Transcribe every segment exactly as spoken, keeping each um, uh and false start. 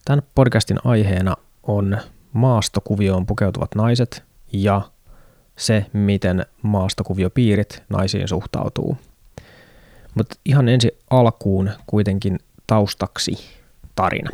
Tämän podcastin aiheena on maastokuvioon pukeutuvat naiset ja se, miten maastokuviopiirit naisiin suhtautuu. Mutta ihan ensi alkuun kuitenkin taustaksi tarina.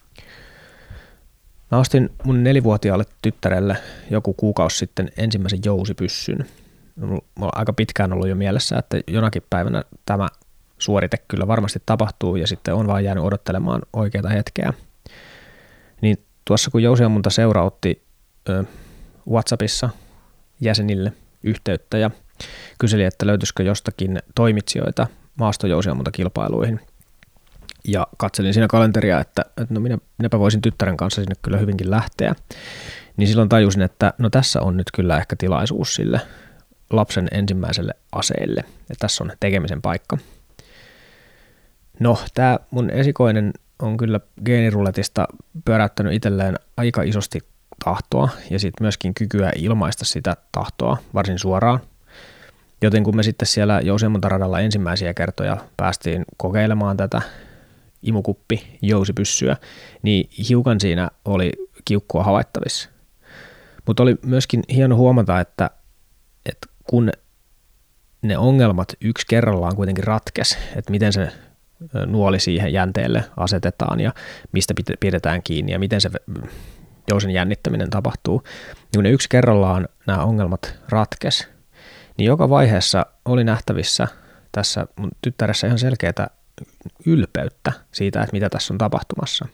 Mä ostin mun nelivuotiaalle tyttärelle joku kuukausi sitten ensimmäisen jousipyssyn. Mulla on aika pitkään ollut jo mielessä, että jonakin päivänä tämä suorite kyllä varmasti tapahtuu ja sitten on vaan jäänyt odottelemaan oikeaa hetkeä. Niin tuossa kun Jousiammunta seura otti ö, WhatsAppissa jäsenille yhteyttä ja kyseli, että löytyisikö jostakin toimitsijoita maastojousiammuntakilpailuihin. Ja katselin siinä kalenteria, että, että no minä, minäpä voisin tyttären kanssa sinne kyllä hyvinkin lähteä. Niin silloin tajusin, että no tässä on nyt kyllä ehkä tilaisuus sille lapsen ensimmäiselle aseelle. Ja tässä on tekemisen paikka. No, tämä mun esikoinen on kyllä geeniruletista pyöräyttänyt itselleen aika isosti tahtoa ja sitten myöskin kykyä ilmaista sitä tahtoa varsin suoraan. Joten kun me sitten siellä Jousiammuntaradalla ensimmäisiä kertoja päästiin kokeilemaan tätä imukuppi jousipyssyä, niin hiukan siinä oli kiukkua havaittavissa. Mutta oli myöskin hieno huomata, että, että kun ne ongelmat yksi kerrallaan kuitenkin ratkesi, että miten se nuoli siihen jänteelle asetetaan ja mistä pidetään kiinni ja miten se jousen jännittäminen tapahtuu, niin kun ne yksi kerrallaan nämä ongelmat ratkesi, niin joka vaiheessa oli nähtävissä tässä mun tyttäressä ihan selkeää ylpeyttä siitä, että mitä tässä on tapahtumassa.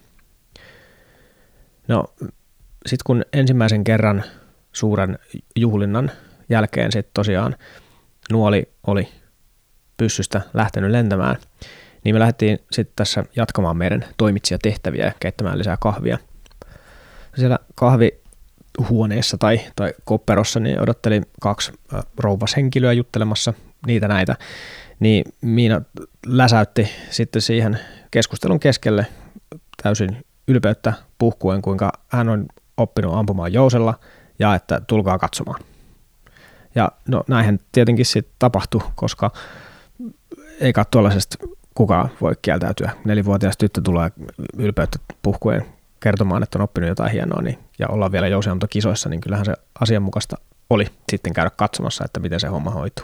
No, sitten kun ensimmäisen kerran suuren juhlinnan jälkeen sitten tosiaan nuoli oli pyssystä lähtenyt lentämään, niin me lähdettiin sitten tässä jatkamaan meidän toimitsijatehtäviä ja keittämään lisää kahvia. Siellä kahvihuoneessa tai, tai kopperossa niin odotteli kaksi rouvashenkilöä juttelemassa niitä näitä. Niin Miina läsäytti sitten siihen keskustelun keskelle täysin ylpeyttä puhkuen, kuinka hän on oppinut ampumaan jousella ja että tulkaa katsomaan. Ja no näinhän tietenkin sitten tapahtui, koska ei kai tuollaisesta kukaan voi kieltäytyä. Nelivuotias tyttö tulee ylpeyttä puhkuen kertomaan, että on oppinut jotain hienoa niin, ja ollaan vielä jousiammuntakisoissa, niin kyllähän se asianmukaista oli sitten käydä katsomassa, että miten se homma hoituu.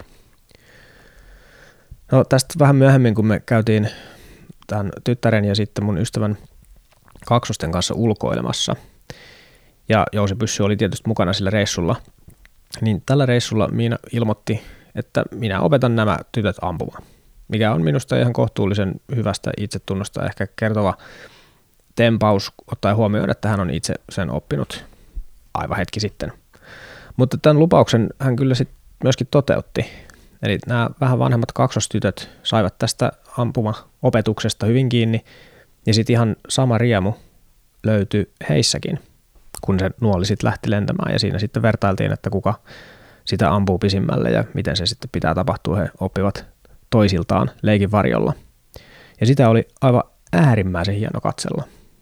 No tästä vähän myöhemmin, kun me käytiin tämän tyttären ja sitten mun ystävän kaksosten kanssa ulkoilemassa, ja jousipyssy oli tietysti mukana sillä reissulla, niin tällä reissulla Miina ilmoitti, että minä opetan nämä tytöt ampumaan, mikä on minusta ihan kohtuullisen hyvästä itsetunnosta ehkä kertova tempaus, ottaen huomioon, että hän on itse sen oppinut aivan hetki sitten. Mutta tämän lupauksen hän kyllä sitten myöskin toteutti. Eli nämä vähän vanhemmat kaksostytöt saivat tästä ampuma-opetuksesta hyvin kiinni, ja sitten ihan sama riemu löytyi heissäkin, kun se nuoli sitten lähti lentämään, ja siinä sitten vertailtiin, että kuka sitä ampuu pisimmälle ja miten se sitten pitää tapahtua. He oppivat toisiltaan leikin varjolla. Ja sitä oli aivan äärimmäisen hieno katsella.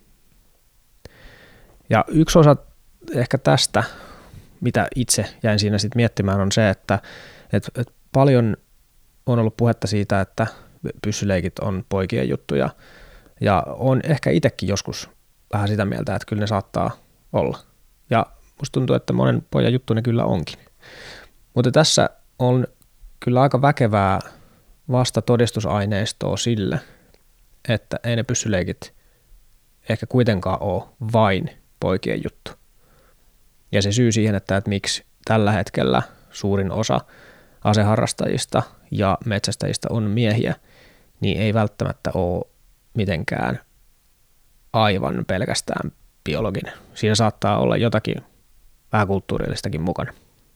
Ja yksi osa ehkä tästä, mitä itse jäin siinä sitten miettimään, on se, että, että, että paljon on ollut puhetta siitä, että pyssyleikit on poikien juttuja. Ja on ehkä itsekin joskus vähän sitä mieltä, että kyllä ne saattaa olla. Ja musta tuntuu, että monen pojan juttu ne kyllä onkin. Mutta tässä on kyllä aika väkevää vasta todistusaineistoa sille, että ei ne pyssyleikit ehkä kuitenkaan ole vain poikien juttu. Ja se syy siihen, että, että miksi tällä hetkellä suurin osa aseharrastajista ja metsästäjistä on miehiä, niin ei välttämättä ole mitenkään aivan pelkästään biologinen. Siinä saattaa olla jotakin vähän kulttuurillistakin mukana.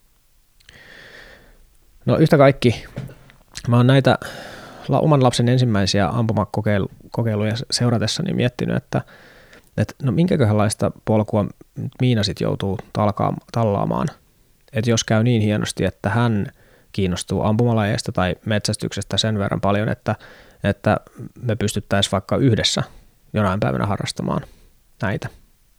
No yhtä kaikki, mä oon näitä oman lapsen ensimmäisiä ampumakokeiluja seuratessani miettinyt, että, että no minkäköhänlaista polkua Miina sit joutuu talkaan, tallaamaan. Että jos käy niin hienosti, että hän kiinnostuu ampumalajeista tai metsästyksestä sen verran paljon, että, että me pystyttäisiin vaikka yhdessä jonain päivänä harrastamaan näitä.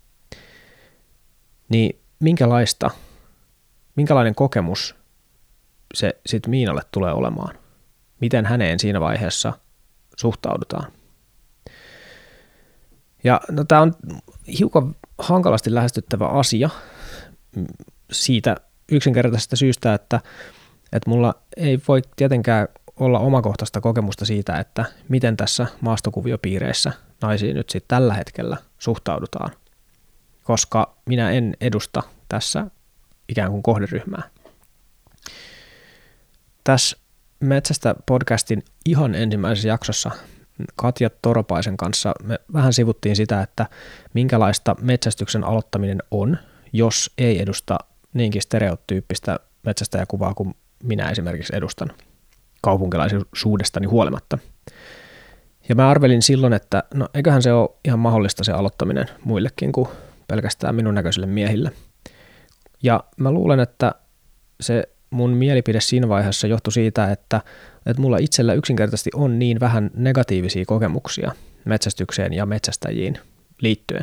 Niin minkälaista, minkälainen kokemus se sitten Miinalle tulee olemaan? Miten häneen siinä vaiheessa suhtaudutaan? Ja no, tämä on hiukan hankalasti lähestyttävä asia siitä yksinkertaisesta syystä, että, että mulla ei voi tietenkään olla omakohtaista kokemusta siitä, että miten tässä maastokuviopiireissä naisiin nyt sitten tällä hetkellä suhtaudutaan, koska minä en edusta tässä ikään kuin kohderyhmää. Tässä Metsästä podcastin ihan ensimmäisessä jaksossa Katja Toropaisen kanssa me vähän sivuttiin sitä, että minkälaista metsästyksen aloittaminen on, jos ei edusta niinkin stereotyyppistä metsästäjäkuvaa kuin minä esimerkiksi edustan kaupunkilaisuudestani huolimatta. Ja mä arvelin silloin, että no eiköhän se ole ihan mahdollista se aloittaminen muillekin kuin pelkästään minun näköisille miehille. Ja mä luulen, että se mun mielipide siinä vaiheessa johtui siitä, että, että mulla itsellä yksinkertaisesti on niin vähän negatiivisia kokemuksia metsästykseen ja metsästäjiin liittyen.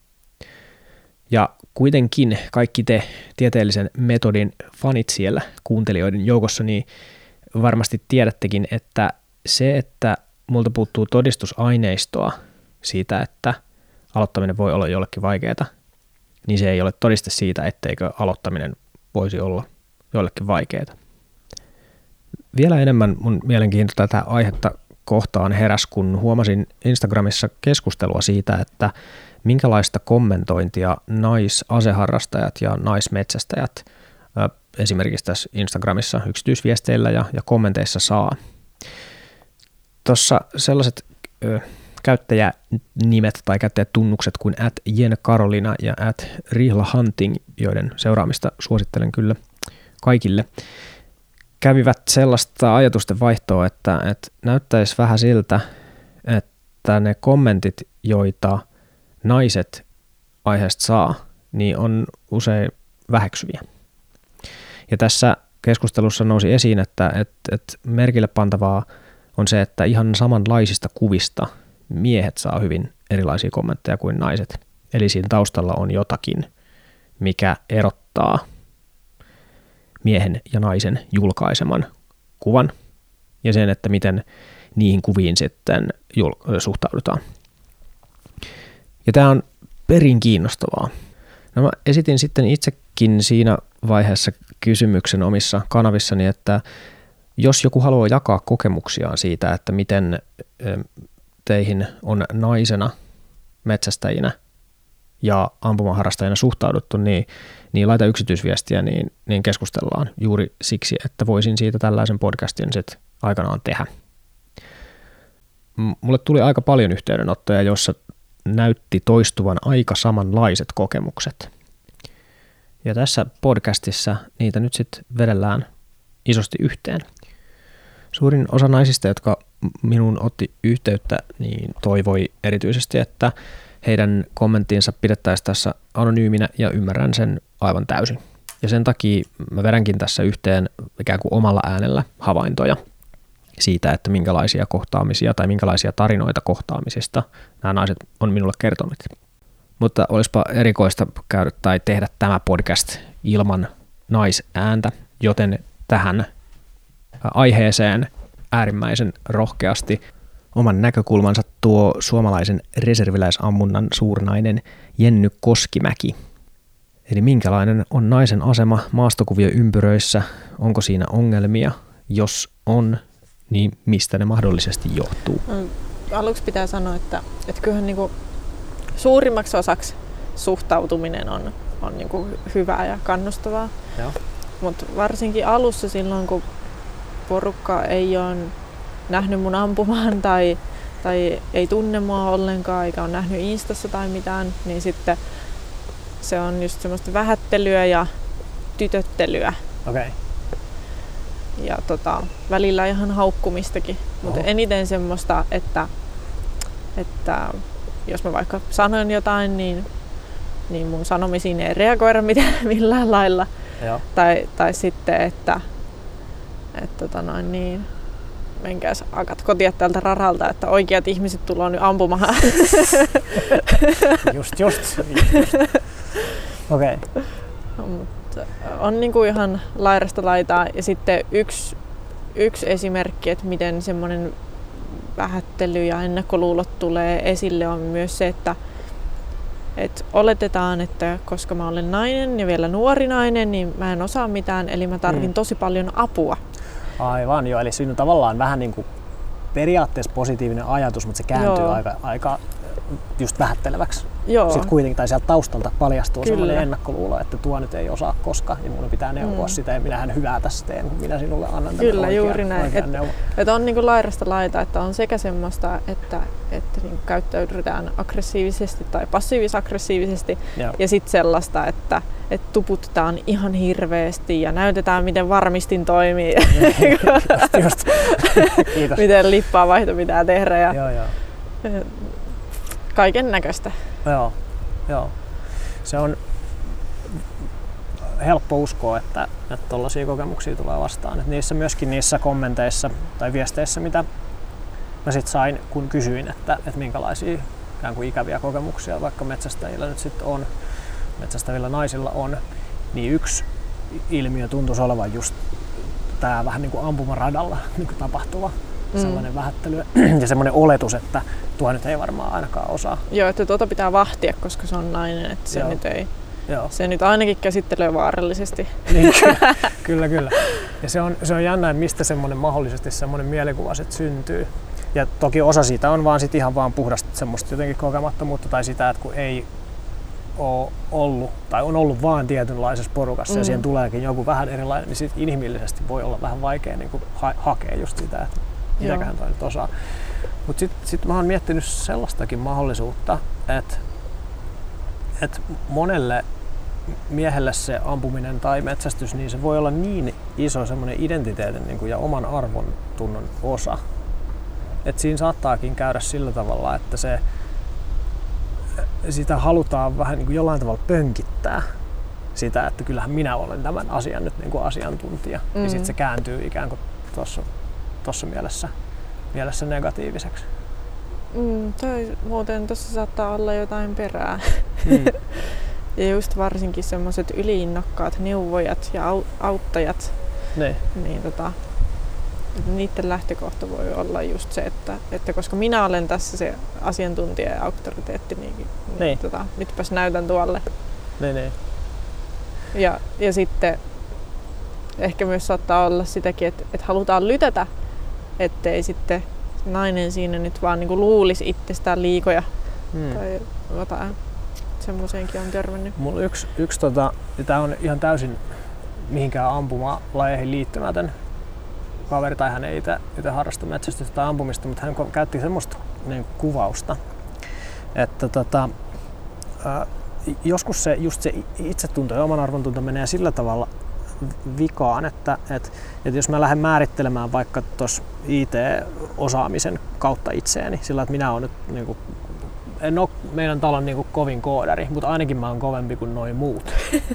Ja kuitenkin kaikki te tieteellisen metodin fanit siellä kuuntelijoiden joukossa, niin varmasti tiedättekin, että se, että multa puuttuu todistusaineistoa siitä, että aloittaminen voi olla jollekin vaikeaa, niin se ei ole todiste siitä, etteikö aloittaminen voisi olla jollekin vaikeaa. Vielä enemmän mun mielenkiinto tätä aihetta kohtaan heräs, kun huomasin Instagramissa keskustelua siitä, että minkälaista kommentointia naisaseharrastajat ja naismetsästäjät esimerkiksi tässä Instagramissa yksityisviesteillä ja, ja kommenteissa saa. Tuossa sellaiset ö, käyttäjänimet tai käyttäjätunnukset kuin at Jen Karolina ja at Rihla Hunting, joiden seuraamista suosittelen kyllä kaikille, kävivät sellaista ajatusten vaihtoa, että, että näyttäisi vähän siltä, että ne kommentit, joita naiset aiheesta saa, niin on usein väheksyviä. Ja tässä keskustelussa nousi esiin, että, että, että merkille pantavaa on se, että ihan samanlaisista kuvista miehet saa hyvin erilaisia kommentteja kuin naiset. Eli siinä taustalla on jotakin, mikä erottaa miehen ja naisen julkaiseman kuvan ja sen, että miten niihin kuviin sitten jul- suhtaudutaan. Ja tämä on perin kiinnostavaa. No mä esitin sitten itsekin siinä vaiheessa kysymyksen omissa kanavissani, että jos joku haluaa jakaa kokemuksiaan siitä, että miten teihin on naisena, metsästäjinä ja ampumaharrastajina suhtauduttu, niin, niin laita yksityisviestiä, niin, niin keskustellaan juuri siksi, että voisin siitä tällaisen podcastin sitten aikanaan tehdä. Mulle tuli aika paljon yhteydenottoja, joissa näytti toistuvan aika samanlaiset kokemukset. Ja tässä podcastissa niitä nyt sitten vedellään isosti yhteen. Suurin osa naisista, jotka minuun otti yhteyttä, niin toivoi erityisesti, että heidän kommenttinsa pidettäisiin tässä anonyyminä ja ymmärrän sen aivan täysin. Ja sen takia mä vedänkin tässä yhteen ikään kuin omalla äänellä havaintoja siitä, että minkälaisia kohtaamisia tai minkälaisia tarinoita kohtaamisista nämä naiset on minulle kertonut. Mutta olisipa erikoista käydä tai tehdä tämä podcast ilman naisääntä, joten tähän aiheeseen äärimmäisen rohkeasti oman näkökulmansa tuo suomalaisen reserviläisammunnan suurnainen Jenny Koskimäki. Eli minkälainen on naisen asema maastokuvioympyröissä, onko siinä ongelmia, jos on, niin mistä ne mahdollisesti johtuu? Aluksi pitää sanoa, että, että kyllähän niin kuin suurimmaksi osaksi suhtautuminen on, on niin kuin hyvää ja kannustavaa. Mutta varsinkin alussa silloin, kun porukka ei ole nähnyt mun ampumaan tai, tai ei tunne mua ollenkaan eikä ole nähnyt Instassa tai mitään, niin sitten se on just semmoista vähättelyä ja tytöttelyä. Okay. Ja tota, välillä ihan haukkumistakin, mutta eniten semmoista, että, että jos mä vaikka sanon jotain, niin, niin mun sanomisiin ei reagoida mitään, millään lailla. Tai, tai sitten, että, että tota noin, niin, menkääs akat kotia tältä raralta, että oikeat ihmiset tullaan nyt ampumaan. Just, just. just. Okei. Okay. No, on niinku ihan laidasta laitaa. Ja sitten yksi, yksi esimerkki, että miten semmoinen vähättely ja ennakkoluulot tulee esille, on myös se, että Et oletetaan, että koska mä olen nainen ja vielä nuori nainen, niin mä en osaa mitään, eli mä tarvin mm. tosi paljon apua. Aivan, joo. Eli siinä on tavallaan vähän niin kuin periaatteessa positiivinen ajatus, mutta se kääntyy aika, aika just vähätteleväksi. Joo. Sitten kuitenkin, tai sieltä taustalta paljastuu sellainen ennakkoluulo, että tuo nyt ei osaa koskaan, ja minun pitää neuvoa mm. sitä, ja minähän hyvää tässä teen, kun minä sinulle annan Kyllä, tämän juuri näin. Että et on niinku laidasta laita, että on sekä semmoista, että, että niinku käyttäydytään aggressiivisesti tai passiivis-aggressiivisesti, Joo. ja sitten sellaista, että et tuputetaan ihan hirveästi ja näytetään, miten varmistin toimii, just, just. miten lippaa vaihto pitää tehdä. Ja joo, joo. Kaiken näköistä. Joo, joo. Se on helppo uskoa, että tuollaisia kokemuksia tulee vastaan. Et niissä myöskin niissä kommenteissa tai viesteissä, mitä mä sit sain, kun kysyin, että, että minkälaisia ikään kuin ikäviä kokemuksia vaikka metsästäjillä nyt sitten on, metsästävillä naisilla on, niin yksi ilmiö tuntuisi olevan just tää vähän niin kuin ampumaradalla niin kuin tapahtuva mm. sellainen vähättely ja semmoinen oletus, että tuo nyt ei varmaan ainakaan osaa. Joo, että tuota pitää vahtia, koska se on nainen, että se Joo. nyt ei. Joo. Se nyt ainakin käsittelee vaarallisesti. Niin, kyllä, kyllä, kyllä. Ja se on, se on jännä, että mistä semmoinen mahdollisesti semmoinen mielikuva sit syntyy. Ja toki osa siitä on vaan sit ihan vaan puhdasta semmoista jotenkin kokemattomuutta tai sitä, että kun ei ole ollut tai on ollut vaan tietynlaisessa porukassa mm. ja siihen tuleekin joku vähän erilainen, niin sit inhimillisesti voi olla vähän vaikea niin kuin ha- hakea just sitä, että mitäköhän toi nyt osaa. Mutta sitten sit mä oon miettinyt sellaistakin mahdollisuutta, että et monelle miehelle se ampuminen tai metsästys, niin se voi olla niin iso semmoinen identiteetin niin kuin, ja oman arvon tunnon osa. Että siinä saattaakin käydä sillä tavalla, että se, sitä halutaan vähän niin kuin jollain tavalla pönkittää sitä, että kyllähän minä olen tämän asian nyt niin kuin asiantuntija. Mm-hmm. Ja sitten se kääntyy ikään kuin tuossa mielessä, mielessä negatiiviseksi. Mm, toi, muuten tuossa saattaa olla jotain perää. Mm. Ja just varsinkin semmoiset yliinnokkaat neuvojat ja au- auttajat, ne. niin tota, niiden lähtökohta voi olla just se, että, että koska minä olen tässä se asiantuntija ja auktoriteetti, niin, niin, niin. Tota, nytpäs näytän tuolle. Ne, ne. Ja, ja sitten ehkä myös saattaa olla sitäkin, että, että halutaan lytätä, ettei sitten nainen siinä nyt vaan niin kuin luulisi itsestään liikoja hmm. tai jotain. Semmoiseenkin on törmännyt. Mulla yksi, yksi tota, ja tää on ihan täysin mihinkään ampumalajeihin liittymätön kaveri, tai hän ei itse harrasta metsästystä tai ampumista, mutta hän käytti semmoista niin kuvausta, että tota, ää, joskus se, just se itsetunto ja oman arvontunto menee sillä tavalla vikaan, että, että, että jos mä lähden määrittelemään vaikka tuossa I T-osaamisen kautta itseäni, sillä että minä olen nyt niin kuin, en ole meidän talon niin kuin kovin koodari, mutta ainakin mä oon kovempi kuin noi muut.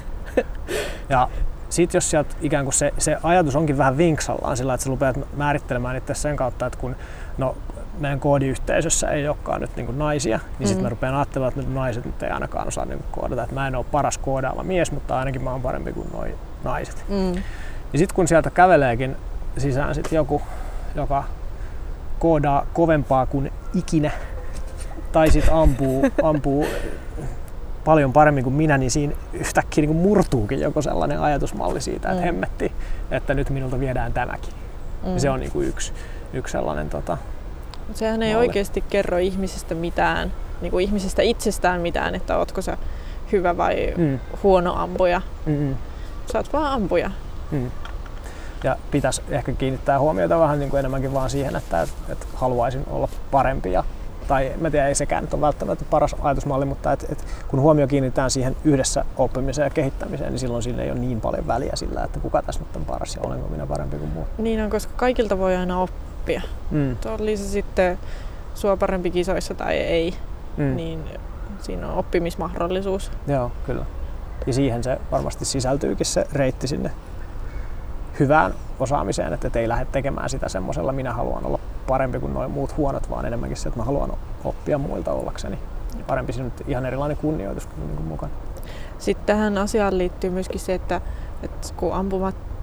Ja sit jos sieltä ikään kuin se, se ajatus onkin vähän vinksallaan sillä, että sä rupeat määrittelemään itse sen kautta, että kun no, meidän koodiyhteisössä ei olekaan nyt niin kuin naisia, niin mm-hmm. sitten mä rupean ajattelemaan, että naiset nyt ei ainakaan osaa niin kuin koodata. Että mä en ole paras koodaava mies, mutta ainakin mä oon parempi kuin noi naiset. Mm. Ja sitten kun sieltä käveleekin sisään sit joku, joka koodaa kovempaa kuin ikinä, tai sitten ampuu, ampuu paljon paremmin kuin minä, niin siinä yhtäkkiä niin kuin murtuukin joku sellainen ajatusmalli siitä, että mm. hemmetti, että nyt minulta viedään tämäkin. Mm. Ja se on niin kuin yksi, yksi sellainen tota, sehän ei malli. Oikeasti kerro ihmisestä mitään, niin kuin ihmisestä itsestään mitään, että ootko sä hyvä vai mm. huono ampuja. Mm-mm. Sä oot vaan ampuja. Mm. Ja pitäisi ehkä kiinnittää huomiota vähän niin kuin enemmänkin vaan siihen, että, että haluaisin olla parempi. Ja, tai mä tiedän, ei sekään nyt ole välttämättä paras ajatusmalli, mutta et, et, kun huomio kiinnitetään siihen yhdessä oppimiseen ja kehittämiseen, niin silloin sillä ei ole niin paljon väliä sillä, että kuka tässä nyt on paras ja olenko minä parempi kuin muu. Niin on, koska kaikilta voi aina oppia. Mm. Oli se sitten sua parempi kisoissa tai ei, mm. niin siinä on oppimismahdollisuus. Joo, kyllä. Ja siihen se varmasti sisältyykin se reitti sinne hyvään osaamiseen, että ei lähde tekemään sitä semmoisella, minä haluan olla parempi kuin nuo muut huonot, vaan enemmänkin se, että mä haluan oppia muilta ollakseni. Parempi siinä nyt ihan erilainen kunnioitus niin kuin mukaan. Sitten tähän asiaan liittyy myöskin se, että, että kun ampumat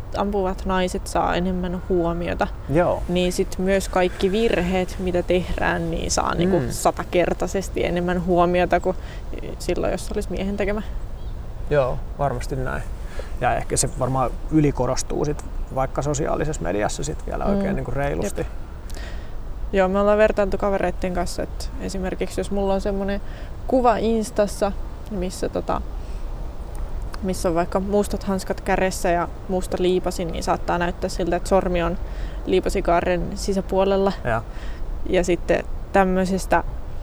ampuvat naiset saa enemmän huomiota, Joo. niin sitten myös kaikki virheet, mitä tehdään, niin saa mm. niinku satakertaisesti enemmän huomiota kuin silloin, jos olisi miehen tekemä. Joo, varmasti näin. Ja ehkä se varmaan ylikorostuu sit vaikka sosiaalisessa mediassa sit vielä mm. oikein niinku reilusti. Jep. Joo, me ollaan vertailtu kavereiden kanssa, että esimerkiksi jos mulla on semmoinen kuva Instassa, missä, tota, missä on vaikka mustat hanskat kädessä ja musta liipasi, niin saattaa näyttää siltä, että sormi on liipasikaaren sisäpuolella. Ja, ja sitten tämmöisestä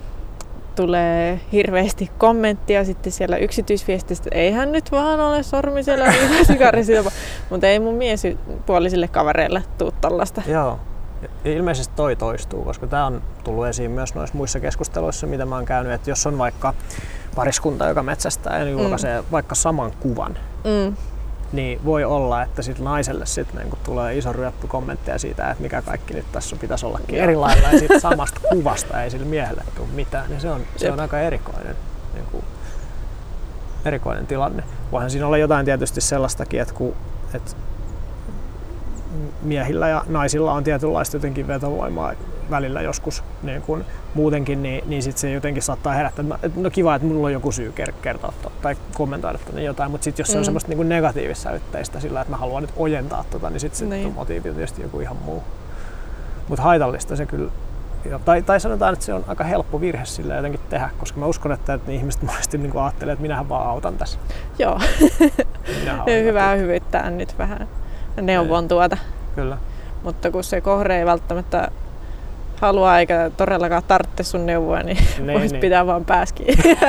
tulee hirveästi kommenttia sitten siellä yksityisviestistä, että eihän nyt vaan ole sormi siellä liipasikaaren sisäpuolella, mutta ei mun miespuolisille kavereille tuu tällaista. Joo. Ilmeisesti toi toistuu, koska tämä on tullut esiin myös noissa muissa keskusteluissa, mitä mä oon käynyt, että jos on vaikka pariskunta, joka metsästää ja julkaisee mm. vaikka saman kuvan, mm. niin voi olla, että sit naiselle sit niinku tulee iso ryöppy kommentteja siitä, että mikä kaikki nyt tässä pitäisi ollakin erilailla ja siitä samasta kuvasta ei sille miehelle tule mitään, niin se on, se on aika erikoinen, niinku, erikoinen tilanne. Voihan siinä olla jotain tietysti sellaistakin, että kun et, miehillä ja naisilla on tietynlaista jotenkin vetovoimaa välillä joskus niin kun muutenkin, niin, niin sit se jotenkin saattaa herättää, että no kiva, että mulla on joku syy kertoa tai kommentoida tuonne jotain, mutta sitten jos se on mm. semmoista niin negatiivissävytteistä sillä, että mä haluan nyt ojentaa tota, niin sitten sit on motiivi tietysti joku ihan muu. Mutta haitallista se kyllä, tai, tai sanotaan, että se on aika helppo virhe sillä jotenkin tehdä, koska mä uskon, että, että ihmiset monesti niin ajattelee, että minähän vaan autan tässä. Joo, hyvää hyvyyttää nyt vähän. Neuvon tuota. Kyllä. Mutta kun se kohde ei välttämättä halua eikä todellakaan tarvitse sun neuvoa, niin, niin voisi niin. pitää vaan pääskin.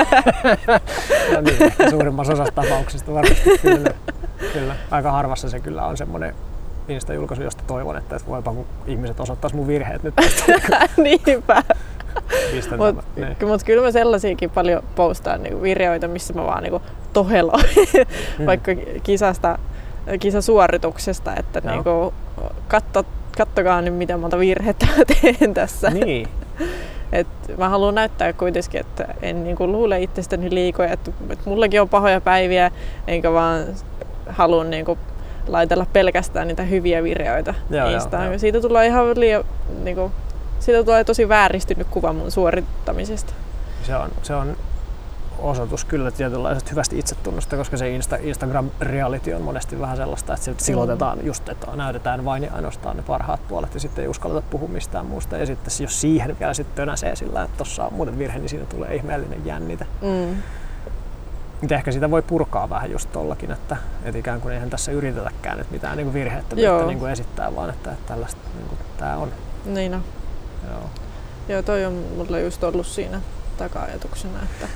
No niin, ehkä suurimmassa osassa tapauksista varmasti kyllä. kyllä. Aika harvassa se kyllä on semmoinen Insta-julkaisu, josta toivon, että voipa ihmiset osoittaisi mun virheet nyt. Niinpä. Mutta niin. mut kyllä mä sellaisiakin paljon postaan niinku videoita, missä mä vaan niinku toheloin mm. vaikka kisasta. kisasuorituksesta, että niinku, katso, kattokaa nyt mitä monta virhettä mä teen tässä. Niin. Et mä haluan näyttää kuitenkin, että en niinku luule itsestäni liikoja, että, että mullakin on pahoja päiviä, enkä vaan halua niinku laitella pelkästään niitä hyviä videoita Instaan. Siitä tulee ihan liian, niinku, siitä tulee tosi vääristynyt kuva mun suorittamisesta. Se on, se on osoitus kyllä tietynlaisesta hyvästä itsetunnosta, koska se Insta, Instagram-reality on monesti vähän sellaista, että se silotetaan just, että näytetään vain ja ainoastaan ne parhaat puolet ja sitten ei uskalleta puhua mistään muusta. Ja sitten jos siihen vielä sitten tönäsee sillä, että tuossa on muuten virhe, niin siinä tulee ihmeellinen jännite. Mm. Mutta ehkä sitä voi purkaa vähän just tollakin, että, että ikään kuin eihän tässä yritetäkään että mitään niin virheettä niin kuin esittää, vaan että, että tällaista niin kuin tämä on. Niin on. Joo. Joo, toi on mulla just ollut siinä taka-ajatuksena, että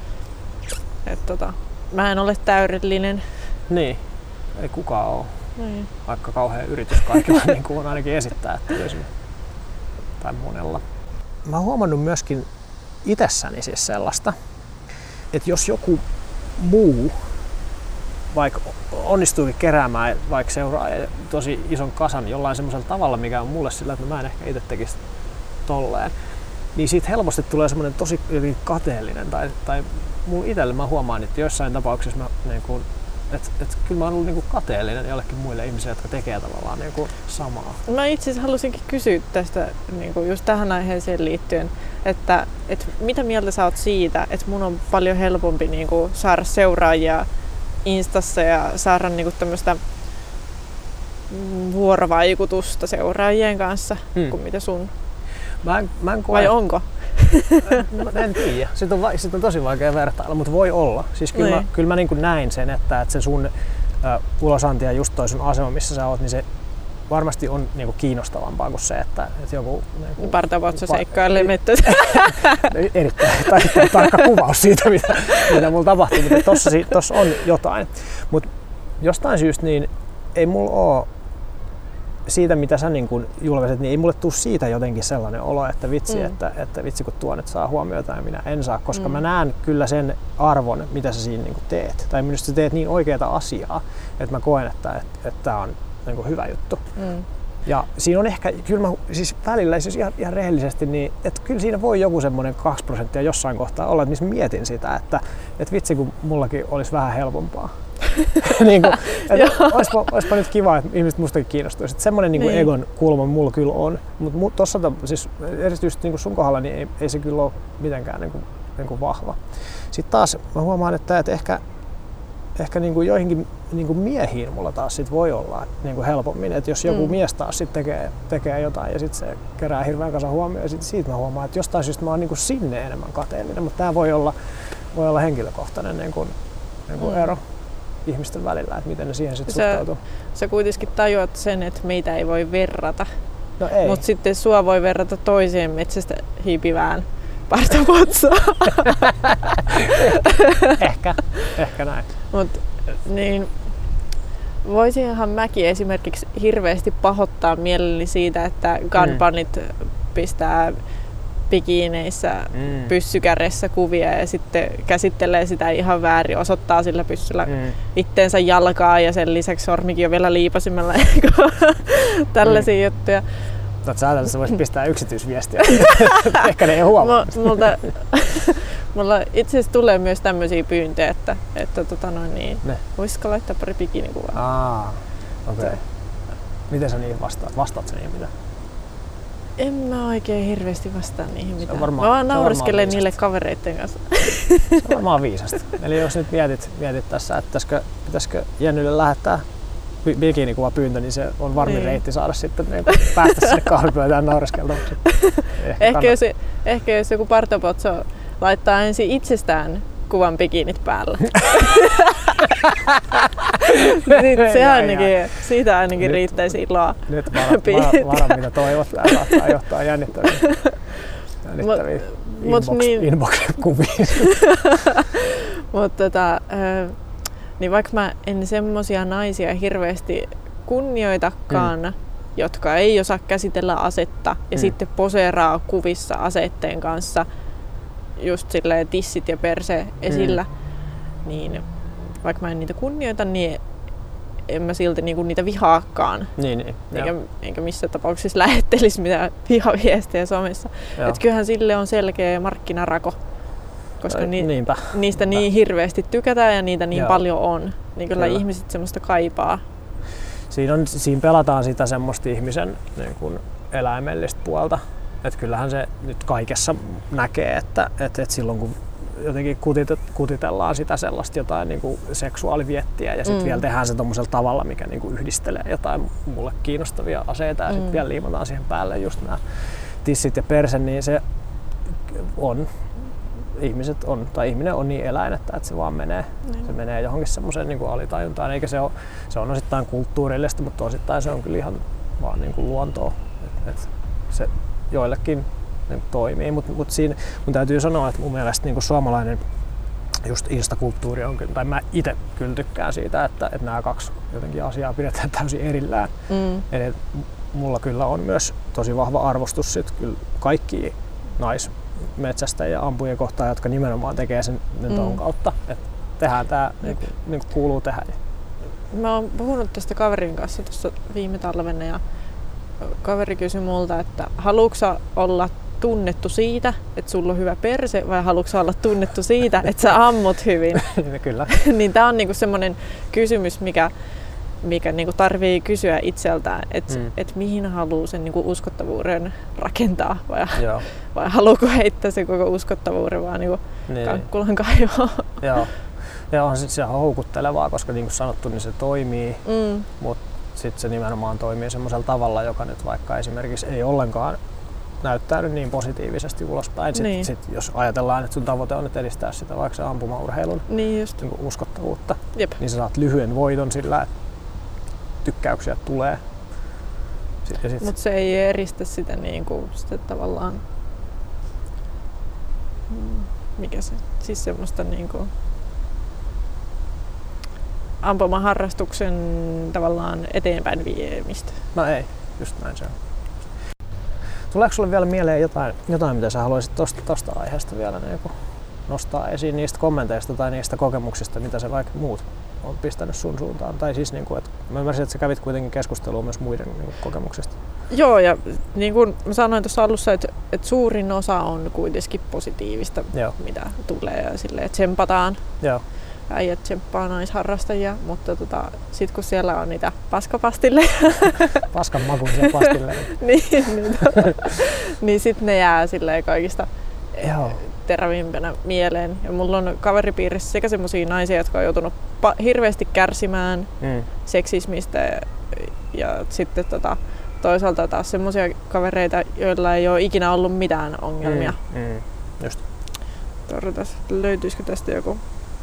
Et tota, mä en ole täydellinen. Niin, ei kukaan ole. Niin. Vaikka kauhean yritys kaikilla niin kuin on ainakin esittää, että olisi, tai monella. Mä oon huomannut myöskin itsessäni siis sellaista, että jos joku muu vaikka onnistuukin keräämään vaikka seuraajia tosi ison kasan jollain semmoisella tavalla, mikä on mulle sillä, että mä en ehkä itse tekisi tolleen, niin siitä helposti tulee semmoinen tosi kateellinen tai, tai mulla itselle mä huomaan, että joissain tapauksissa mä niin kuin, että et, kyllä mä oon ollut niin kuin kateellinen jollekin muille ihmisille, jotka tekee tavallaan niin kuin samaa. Mä itse asiassa halusinkin kysyä tästä niin kuin just tähän aiheeseen liittyen, että, että mitä mieltä sä oot siitä, että mun on paljon helpompi niin kuin saada seuraajia Instassa ja saada niin kuin tämmöistä vuorovaikutusta seuraajien kanssa hmm. kuin mitä sun. Mä en, mä en koe... Vai onko? Mä en tiedä. Sitten on, sit on tosi vaikea vertailla, mutta voi olla. Siis kyllä niin. mä, kyllä mä niin kuin näin sen, että, että se sun uh, ulosanti ja just toi sun asema, missä sä oot, niin se varmasti on niin kuin kiinnostavampaa kuin se, että, että joku... Niin Partavotsa seikkailee mettässä. Erittäin tar- tarkka kuvaus siitä, mitä, mitä mulla tapahtuu, mutta tossa, tossa on jotain. Mutta jostain syystä niin ei mulla oo siitä, mitä sä niin kun julkaiset, niin ei mulle tule siitä jotenkin sellainen olo, että vitsi, mm. että, että vitsi kun tuo nyt saa huomiota ja minä en saa, koska mm. mä näen kyllä sen arvon, mitä sä siinä niin kun teet. Tai minusta sä teet niin oikeata asiaa, että mä koen, että tämä että, että on niin kun hyvä juttu. Mm. Ja siinä on ehkä, kyllä mä siis välillä, siis ihan, ihan rehellisesti, niin että kyllä siinä voi joku semmoinen kaksi prosenttia jossain kohtaa olla, että missä mietin sitä, että, että vitsi kun mullakin olisi vähän helpompaa. niin kuin, olisipa, olisipa nyt kiva, että ihmiset mustakin kiinnostuisi. Semmoinen niin niin. egon kulma mulla kyllä on, mutta tuossa siis erityisesti niin sun kohdalla niin ei, ei se kyllä ole mitenkään niin kuin, niin kuin vahva. Sitten taas mä huomaan, että, että ehkä, ehkä niin kuin joihinkin niin kuin miehiin mulla taas sit voi olla niin kuin helpommin, että jos joku mm. mies taas sit tekee, tekee jotain ja sitten se kerää hirveän kanssa huomioon ja sit siitä mä huomaan, että jostain syystä mä oon niin kuin sinne enemmän kateellinen, mutta tää voi olla, voi olla henkilökohtainen niin kuin, niin kuin mm. ero ihmisten välillä, että miten ne siihen sitten suhtautuu. Sä kuitenkin tajuat sen, että meitä ei voi verrata, no ei. Mutta sitten sua voi verrata toiseen metsästä hiipivään partapotsaan. ehkä, ehkä näin. Mut, niin, voisinhan mäkin esimerkiksi hirveästi pahoittaa mielelläni siitä, että gunpunit mm. pistää bikineissä mm. pyssykärjessä kuvia ja sitten käsittelee sitä ihan väärin, osoittaa sillä pyssyllä mm. itteensä jalkaa ja sen lisäksi sormikin on vielä liipasimella. Tällaisia mm. juttuja. Oletko sä ajatellut, että sä voisit pistää yksityisviestiä? Ehkä ne ei huomaa. Multa, mulla itse asiassa tulee myös tämmöisiä pyyntöjä, että, että tota noin, niin, voisitko laittaa pari bikinikuvaa? Aa, okei. Okay. Miten sä niihin vastaat? Vastaat sä niihin mitä? En mä oikein hirveästi vastaa niihin mitään. Varmaan, mä vaan nauraskelen niille kavereitten kanssa. Se on varmaan viisasta. Eli jos nyt mietit, mietit tässä, että pitäisikö, pitäisikö Jennylle lähettää bikinikuva pyyntö, niin se on varmin niin. reitti saada sitten niin päästä sinne kahvipöytään nauraskeltavaksi. Ehkä, jos, ehkä jos joku partopotso laittaa ensin itsestään kuvan bikinit päällä. niin se ainakin, siitä ainakin nyt, riittäisi iloa. Nyt varat, varat mitä toivot, tämä saattaa johtaa jännittäviä, jännittäviä inbox, niin, inbox-kuviin. Mutta tota, niin vaikka mä en semmosia naisia hirveästi kunnioitakaan, mm. jotka ei osaa käsitellä asetta ja mm. sitten poseeraa kuvissa aseitteen kanssa, just silleen tissit ja perse esillä, mm. niin vaikka mä en niitä kunnioita, niin en mä silti niinku niitä vihaakaan. Niin, niin, eikä, eikä missään tapauksessa lähettelisi mitään vihaviestejä somessa. Et kyllähän sille on selkeä markkinarako, koska Ai, ni, niinpä. niistä niin hirveästi tykätään ja niitä niin Joo. paljon on. Niin kyllä, kyllä ihmiset semmoista kaipaa. Siinä, on, siinä pelataan sitä semmoista ihmisen niin kuin eläimellistä puolta. Et kyllähän se nyt kaikessa näkee, että et, et silloin kun jotenkin kutitellaan sitä sellaista jotain niin kuin seksuaaliviettiä ja sitten mm. vielä tehdään se tommosella tavalla, mikä niin kuin yhdistelee jotain mulle kiinnostavia aseita ja mm. sitten vielä liimataan siihen päälle just nämä tissit ja perse, niin se on, ihmiset on, tai ihminen on niin eläin, että se vaan menee, mm. se menee johonkin semmoiseen niin kuin alitajuntaan, eikä se ole, se on osittain kulttuurillista, mutta osittain se on kyllä ihan vaan niin kuin luontoa, et, et se joillekin niin toimii, mutta mut siinä mun täytyy sanoa, että mun mielestä niin suomalainen just instakulttuuri on kyllä, tai mä itse kyllä tykkään siitä, että, että nämä kaksi jotenkin asiaa pidetään täysin erillään. Mm. Eli mulla kyllä on myös tosi vahva arvostus sit kyllä kaikkia naismetsästä ja ampujia kohtaan, jotka nimenomaan tekee sen mm. ton kautta, että tehdään tää niin kuin, niin kuin kuuluu tehdä. Mä oon puhunut tästä kaverin kanssa tuossa viime talvena ja kaveri kysyi multa, että haluatko sä olla tunnettu siitä, että sulla on hyvä perse, vai haluatko sä olla tunnettu siitä, että sä ammut hyvin? Kyllä. Niin tää on niinku semmoinen kysymys, mikä, mikä niinku tarvii kysyä itseltään, että mm. et mihin haluaa sen niinku uskottavuuden rakentaa, vai, vai haluuko heittää sen koko uskottavuuden vaan niinku niin. kankkulan kaivoon. Joo, ja onhan sit se houkuttelevaa, koska niin kuin sanottu, niin se toimii, mm. mutta sitten se nimenomaan toimii semmoisella tavalla, joka nyt vaikka esimerkiksi ei ollenkaan näyttäydy niin positiivisesti ulospäin. Sitten niin. sit, jos ajatellaan, että sun tavoite on edistää sitä vaikka se ampumaurheilun niin niin uskottavuutta, Jep. niin sä saat lyhyen voiton sillä, että tykkäyksiä tulee. Sit... Mutta se ei eristä sitä, niin kuin, sitä tavallaan, mikä se, siis semmoista niin kuin ampumaharrastuksen tavallaan eteenpäin viemistä. No ei, just näin se on. Tuleeko sulle vielä mieleen jotain, jotain mitä sä haluaisit tosta, tosta aiheesta vielä niin nostaa esiin niistä kommenteista tai niistä kokemuksista, mitä se vaikka muut on pistänyt sun suuntaan? Tai siis, niin kuin, että mä ymmärsin, että sä kävit kuitenkin keskustelua myös muiden niin kuin, kokemuksista. Joo, ja niin kuin mä sanoin tuossa alussa, että, että suurin osa on kuitenkin positiivista, Joo. mitä tulee ja silleen, että tsempataan. Joo. äijät tsemppaa naisharrastajia, mutta tota, sit kun siellä on niitä paskapastilleja, paskan makuisia pastilleja, niin, niin, tota, niin sit ne jää silleen kaikista Joo. terävimpänä mieleen. Ja mulla on kaveripiirissä sekä semmosia naisia, jotka on joutunut pa- hirveästi kärsimään mm. seksismistä ja, ja sitten tota, toisaalta taas semmosia kavereita, joilla ei ole ikinä ollut mitään ongelmia. Mm. Mm. Just. Torjutas, löytyisikö tästä joku?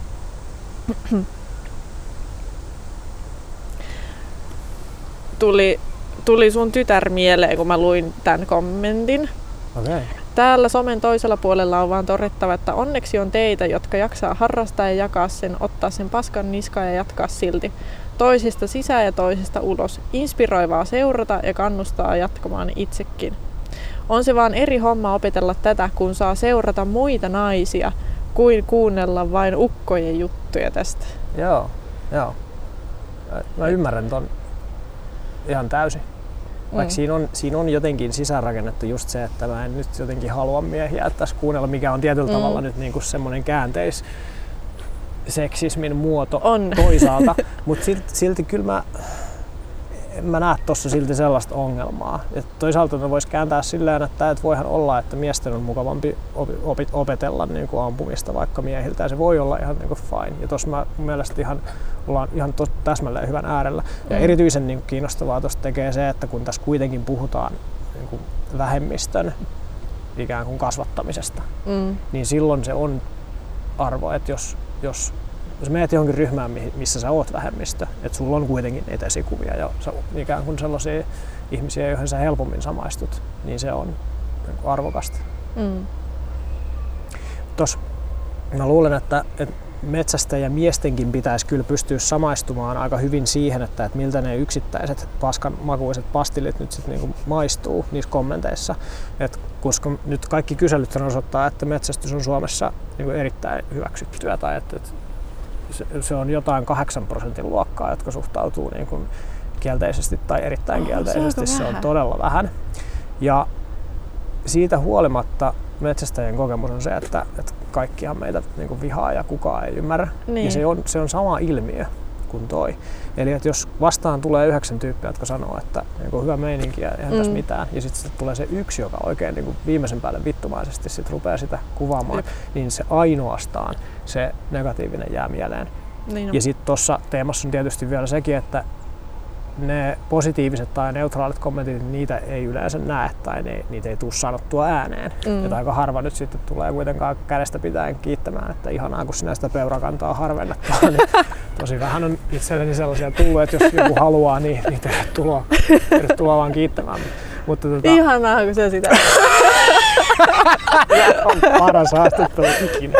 Tuli, tuli sun tytär mieleen, kun mä luin tämän kommentin. Okay. Täällä somen toisella puolella on vaan todettava, että onneksi on teitä, jotka jaksaa harrastaa ja jakaa sen, ottaa sen paskan niskaan ja jatkaa silti. Toisista sisään ja toisista ulos. Inspiroivaa seurata ja kannustaa jatkamaan itsekin. On se vaan eri homma opetella tätä, kun saa seurata muita naisia, kuin kuunnella vain ukkojen juttuja tästä. Joo, joo. Mä ymmärrän ton ihan täysin. Vaikka mm. siinä, on, siinä on jotenkin sisäänrakennettu just se, että mä en nyt jotenkin halua miehiä tässä kuunnella, mikä on tietyllä mm. tavalla nyt niinku semmoinen käänteis seksismin muoto on. Toisaalta. Mutta silti, silti kyllä mä, mä näen tuossa silti sellaista ongelmaa. Et toisaalta me vois kääntää silleen, että et voihan olla, että miesten on mukavampi opi, opetella niin kuin ampumista vaikka miehiltä. Ja se voi olla ihan niin kuin fine. Ja tuossa mä mun mielestä ihan, ollaan ihan tos, täsmälleen hyvän äärellä. Ja mm. erityisen niin kuin kiinnostavaa tuosta tekee se, että kun tässä kuitenkin puhutaan niin kuin vähemmistön ikään kuin kasvattamisesta, mm. niin silloin se on arvo, että jos, jos Jos menet johonkin ryhmään, missä sä oot vähemmistö, että sulla on kuitenkin niitä esikuvia ja ikään kuin sellaisia ihmisiä, joihin sä helpommin samaistut, niin se on arvokasta. Mm. Tos, mä luulen, että, että metsästäjä miestenkin pitäisi kyllä pystyä samaistumaan aika hyvin siihen, että, että miltä ne yksittäiset paskanmakuiset pastillit nyt sit niinku maistuu niissä kommenteissa. Et koska nyt kaikki kyselyt osoittaa, että metsästys on Suomessa niinku erittäin hyväksyttyä tai että, että se on jotain kahdeksan prosentin luokkaa, jotka suhtautuu niin kuin kielteisesti tai erittäin kielteisesti. Se on todella vähän. Ja siitä huolimatta metsästäjien kokemus on se, että, että kaikkihan meitä niin kuin vihaa ja kukaan ei ymmärrä. Niin. Ja se on, se on sama ilmiö kuin toi. Eli että jos vastaan tulee yhdeksän tyyppiä, jotka sanoo, että niin kuin hyvä meininki ja eihän mm. tässä mitään, ja sitten sit tulee se yksi, joka oikein niin kuin viimeisen päälle vittumaisesti sit rupeaa sitä kuvaamaan, Jep. niin se ainoastaan se negatiivinen jää mieleen. Niin ja sitten tuossa teemassa on tietysti vielä sekin, että ne positiiviset tai neutraalit kommentit, niitä ei yleensä näe tai ne, niitä ei tule sanottua ääneen. Mm. Että aika harva nyt sitten tulee kuitenkaan kädestä pitäen kiittämään, että ihanaa kun sinä sitä peurakantaa harvennettaa. Niin tosi vähän on itselleni sellaisia tullut, että jos joku haluaa, niin, niin tervetuloa, tervetuloa vaan kiittämään. Mutta, tota... Ihanaa kun se sitä. On paras haastattelu ikinä.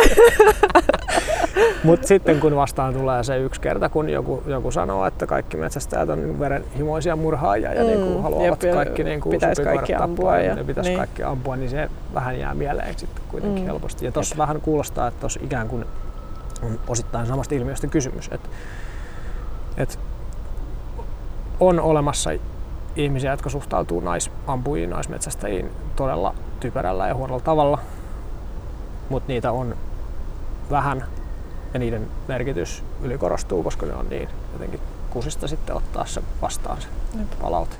Mutta sitten kun vastaan tulee se yksi kerta, kun joku, joku sanoo, että kaikki metsästäjät on verenhimoisia murhaajia ja mm, niinku haluavat jep, kaikki niinku supikoirat tappaa ja ne pitäisi niin. kaikki ampua, niin se vähän jää mieleen sitten kuitenkin mm. helposti. Ja tuossa vähän kuulostaa, että tuossa ikään kuin on osittain samasta ilmiöstä kysymys. Että et on olemassa ihmisiä, jotka suhtautuu naisampujiin, naismetsästäjiin todella typerällä ja huonolla tavalla, mutta niitä on vähän. Ja niiden merkitys ylikorostuu, koska ne on niin jotenkin kusista sitten ottaa se vastaan se palaute.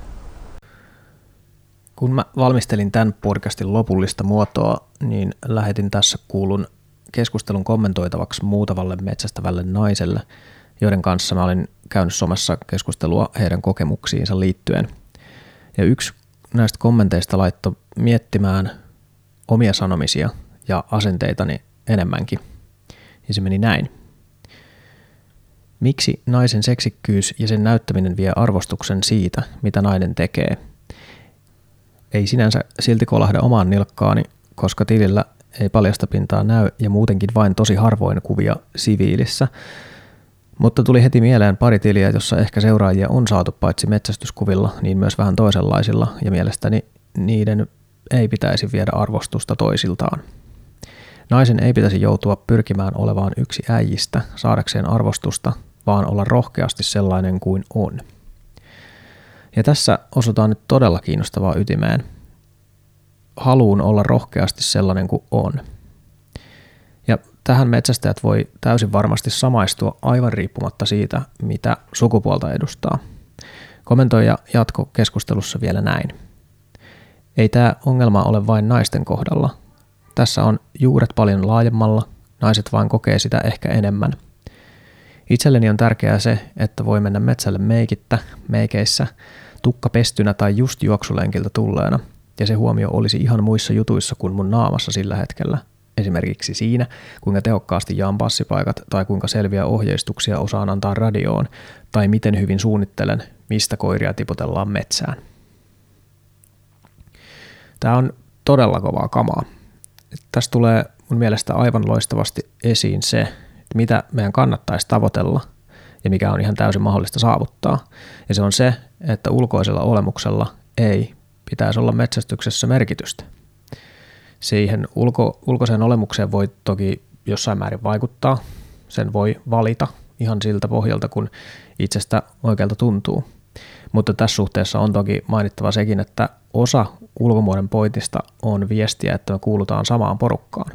Kun mä valmistelin tämän podcastin lopullista muotoa, niin lähetin tässä kuulun keskustelun kommentoitavaksi muutamalle metsästävälle naiselle, joiden kanssa mä olin käynyt somessa keskustelua heidän kokemuksiinsa liittyen. Ja yksi näistä kommenteista laittoi miettimään omia sanomisia ja asenteitani enemmänkin. Ja se meni näin. Miksi naisen seksikkyys ja sen näyttäminen vie arvostuksen siitä, mitä nainen tekee? Ei sinänsä silti kolahda omaan nilkkaani, koska tilillä ei paljasta pintaa näy ja muutenkin vain tosi harvoin kuvia siviilissä. Mutta tuli heti mieleen pari tiliä, jossa ehkä seuraajia on saatu paitsi metsästyskuvilla, niin myös vähän toisenlaisilla, ja mielestäni niiden ei pitäisi viedä arvostusta toisiltaan. Naisen ei pitäisi joutua pyrkimään olevaan yksi äijistä saadakseen arvostusta, vaan olla rohkeasti sellainen kuin on. Ja tässä osutaan nyt todella kiinnostavaa ytimeen. Haluun olla rohkeasti sellainen kuin on. Ja tähän metsästäjät voi täysin varmasti samaistua aivan riippumatta siitä, mitä sukupuolta edustaa. Komentoija jatko keskustelussa vielä näin. Ei tämä ongelma ole vain naisten kohdalla. Tässä on juuret paljon laajemmalla, naiset vain kokee sitä ehkä enemmän. Itselleni on tärkeää se, että voi mennä metsälle meikittä, meikeissä, tukka pestynä tai just juoksulenkiltä tulleena, ja se huomio olisi ihan muissa jutuissa kuin mun naamassa sillä hetkellä. Esimerkiksi siinä, kuinka tehokkaasti jaan passipaikat tai kuinka selviä ohjeistuksia osaan antaa radioon, tai miten hyvin suunnittelen, mistä koiria tiputellaan metsään. Tämä on todella kovaa kamaa. Tässä tulee mun mielestä aivan loistavasti esiin se, että mitä meidän kannattaisi tavoitella ja mikä on ihan täysin mahdollista saavuttaa. Ja se on se, että ulkoisella olemuksella ei pitäisi olla metsästyksessä merkitystä. Siihen ulko, ulkoiseen olemukseen voi toki jossain määrin vaikuttaa. Sen voi valita ihan siltä pohjalta, kun itsestä oikealta tuntuu. Mutta tässä suhteessa on toki mainittava sekin, että osa ulkomuodon pointista on viestiä, että me kuulutaan samaan porukkaan.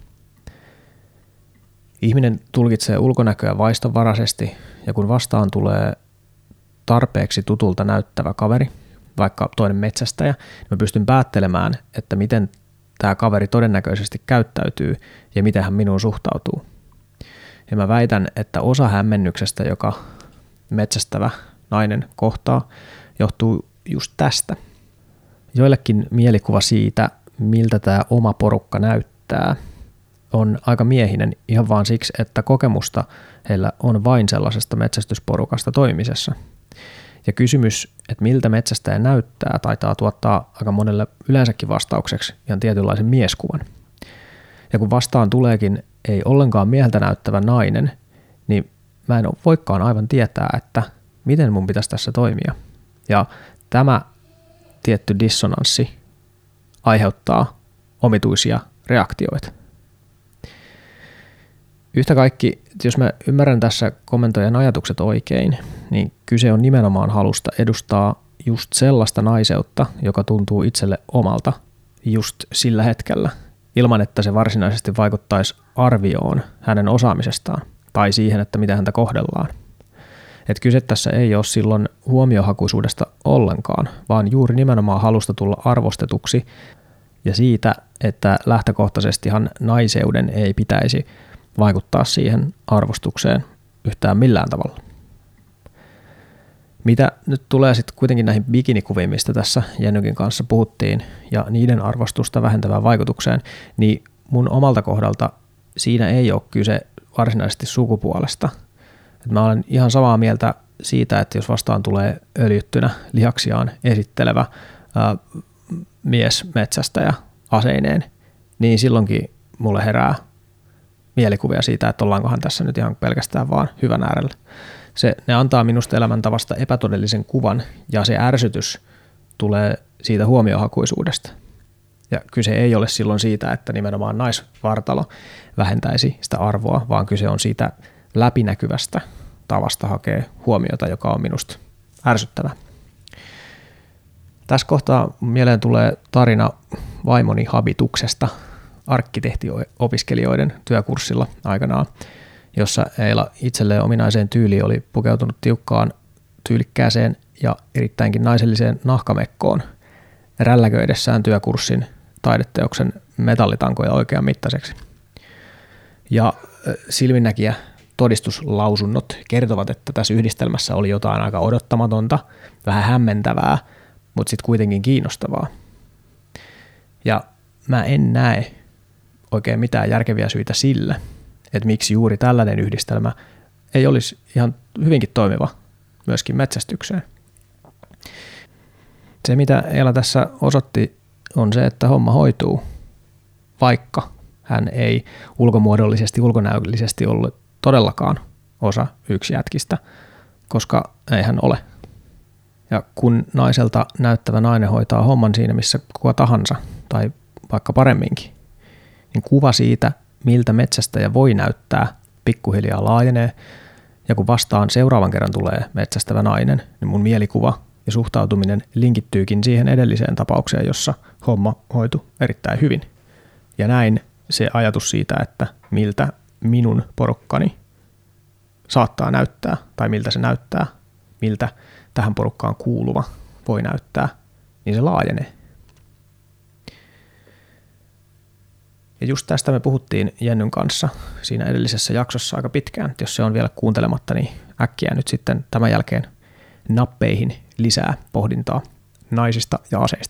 Ihminen tulkitsee ulkonäköä vaistonvaraisesti, ja kun vastaan tulee tarpeeksi tutulta näyttävä kaveri, vaikka toinen metsästäjä, niin mä pystyn päättelemään, että miten tämä kaveri todennäköisesti käyttäytyy ja miten hän minuun suhtautuu. Ja mä väitän, että osa hämmennyksestä, joka metsästävä nainen kohtaa, johtuu just tästä. Joillekin mielikuva siitä, miltä tämä oma porukka näyttää, on aika miehinen ihan vaan siksi, että kokemusta heillä on vain sellaisesta metsästysporukasta toimimisessa. Ja kysymys, että miltä metsästäjä näyttää, taitaa tuottaa aika monelle yleensäkin vastaukseksi ihan tietynlaisen mieskuvan. Ja kun vastaan tuleekin ei ollenkaan mieheltä näyttävä nainen, niin mä en voikaan aivan tietää, että miten mun pitäisi tässä toimia. Ja tämä tietty dissonanssi aiheuttaa omituisia reaktioita. Yhtä kaikki, jos mä ymmärrän tässä kommentoijan ajatukset oikein, niin kyse on nimenomaan halusta edustaa just sellaista naiseutta, joka tuntuu itselle omalta just sillä hetkellä, ilman että se varsinaisesti vaikuttaisi arvioon hänen osaamisestaan tai siihen, että miten häntä kohdellaan. Et kyse tässä ei ole silloin huomiohakuisuudesta ollenkaan, vaan juuri nimenomaan halusta tulla arvostetuksi ja siitä, että lähtökohtaisestihan naiseuden ei pitäisi vaikuttaa siihen arvostukseen yhtään millään tavalla. Mitä nyt tulee sitten kuitenkin näihin bikinikuviin, mistä tässä Jennykin kanssa puhuttiin, ja niiden arvostusta vähentävään vaikutukseen, niin mun omalta kohdalta siinä ei ole kyse varsinaisesti sukupuolesta. Et mä olen ihan samaa mieltä siitä, että jos vastaan tulee öljyttynä lihaksiaan esittelevä ää, miesmetsästäjä aseineen, niin silloinkin mulle herää mielikuvia siitä, että ollaankohan tässä nyt ihan pelkästään vaan hyvän äärellä. Se, ne antaa minusta elämäntavasta epätodellisen kuvan, ja se ärsytys tulee siitä huomiohakuisuudesta. Ja kyse ei ole silloin siitä, että nimenomaan naisvartalo vähentäisi sitä arvoa, vaan kyse on siitä läpinäkyvästä tavasta hakea huomiota, joka on minusta ärsyttävä. Tässä kohtaa mieleen tulee tarina vaimoni habituksesta arkkitehtiopiskelijoiden työkurssilla aikanaan, jossa Eila itselleen ominaiseen tyyliin oli pukeutunut tiukkaan, tyylikkääseen ja erittäinkin naiselliseen nahkamekkoon rälläköidessään työkurssin taideteoksen metallitankoja oikean mittaiseksi. Ja silminnäkijä todistuslausunnot kertovat, että tässä yhdistelmässä oli jotain aika odottamatonta, vähän hämmentävää, mutta sitten kuitenkin kiinnostavaa. Ja mä en näe oikein mitään järkeviä syitä sille, että miksi juuri tällainen yhdistelmä ei olisi ihan hyvinkin toimiva myöskin metsästykseen. Se, mitä Eila tässä osoitti, on se, että homma hoituu, vaikka hän ei ulkomuodollisesti, ulkonäöllisesti ollut todellakaan osa yksi jätkistä, koska ei hän ole. Ja kun naiselta näyttävä nainen hoitaa homman siinä, missä kuka tahansa, tai vaikka paremminkin, niin kuva siitä, miltä metsästäjä voi näyttää, pikkuhiljaa laajenee, ja kun vastaan seuraavan kerran tulee metsästävä nainen, niin mun mielikuva ja suhtautuminen linkittyykin siihen edelliseen tapaukseen, jossa homma hoitui erittäin hyvin. Ja näin se ajatus siitä, että miltä minun porukkani saattaa näyttää, tai miltä se näyttää, miltä tähän porukkaan kuuluva voi näyttää, niin se laajenee. Ja just tästä me puhuttiin Jennyn kanssa siinä edellisessä jaksossa aika pitkään. Jos se on vielä kuuntelematta, niin äkkiä nyt sitten tämän jälkeen nappeihin lisää pohdintaa naisista ja aseista.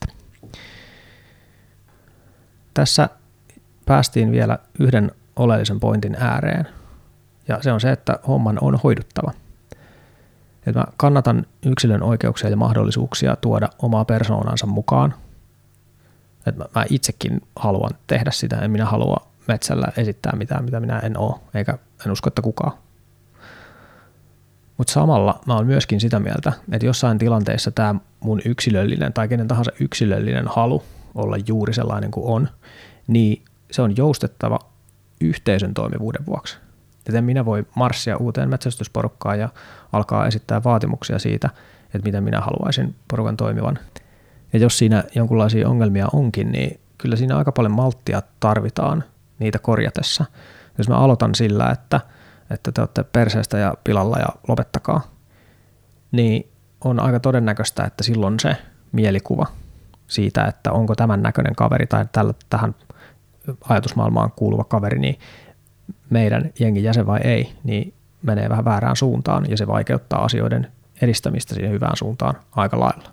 Tässä päästiin vielä yhden oleellisen pointin ääreen, ja se on se, että homman on hoiduttava. Et mä kannatan yksilön oikeuksia ja mahdollisuuksia tuoda omaa persoonansa mukaan. Et mä, mä itsekin haluan tehdä sitä, en minä halua metsällä esittää mitään, mitä minä en ole, eikä en usko, että kukaan. Mutta samalla mä oon myöskin sitä mieltä, että jossain tilanteessa tämä mun yksilöllinen tai kenen tahansa yksilöllinen halu olla juuri sellainen kuin on, niin se on joustettava yhteisön toimivuuden vuoksi. Joten minä voi marssia uuteen metsästysporukkaan ja alkaa esittää vaatimuksia siitä, että miten minä haluaisin porukan toimivan. Ja jos siinä jonkinlaisia ongelmia onkin, niin kyllä siinä aika paljon malttia tarvitaan niitä korjatessa. Jos mä aloitan sillä, että, että te olette perseestä ja pilalla ja lopettakaa, niin on aika todennäköistä, että silloin se mielikuva siitä, että onko tämän näköinen kaveri tai tällä, tähän ajatusmaailmaan kuuluva kaveri, niin meidän jengin jäsen vai ei, niin menee vähän väärään suuntaan ja se vaikeuttaa asioiden edistämistä siihen hyvään suuntaan aika lailla.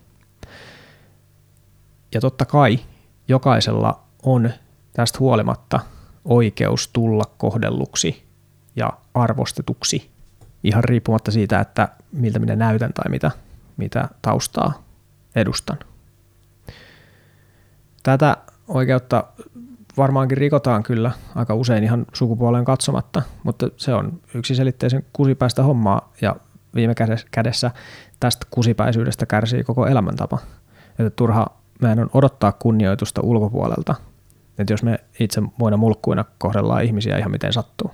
Ja totta kai jokaisella on tästä huolimatta oikeus tulla kohdelluksi ja arvostetuksi ihan riippumatta siitä, että miltä minä näytän tai mitä, mitä taustaa edustan. Tätä oikeutta varmaankin rikotaan kyllä aika usein ihan sukupuoleen katsomatta, mutta se on yksiselitteisen kusipäistä hommaa ja viime kädessä tästä kusipäisyydestä kärsii koko elämäntapa. Että turha meidän on odottaa kunnioitusta ulkopuolelta, että jos me itse muina mulkkuina kohdellaan ihmisiä ihan miten sattuu.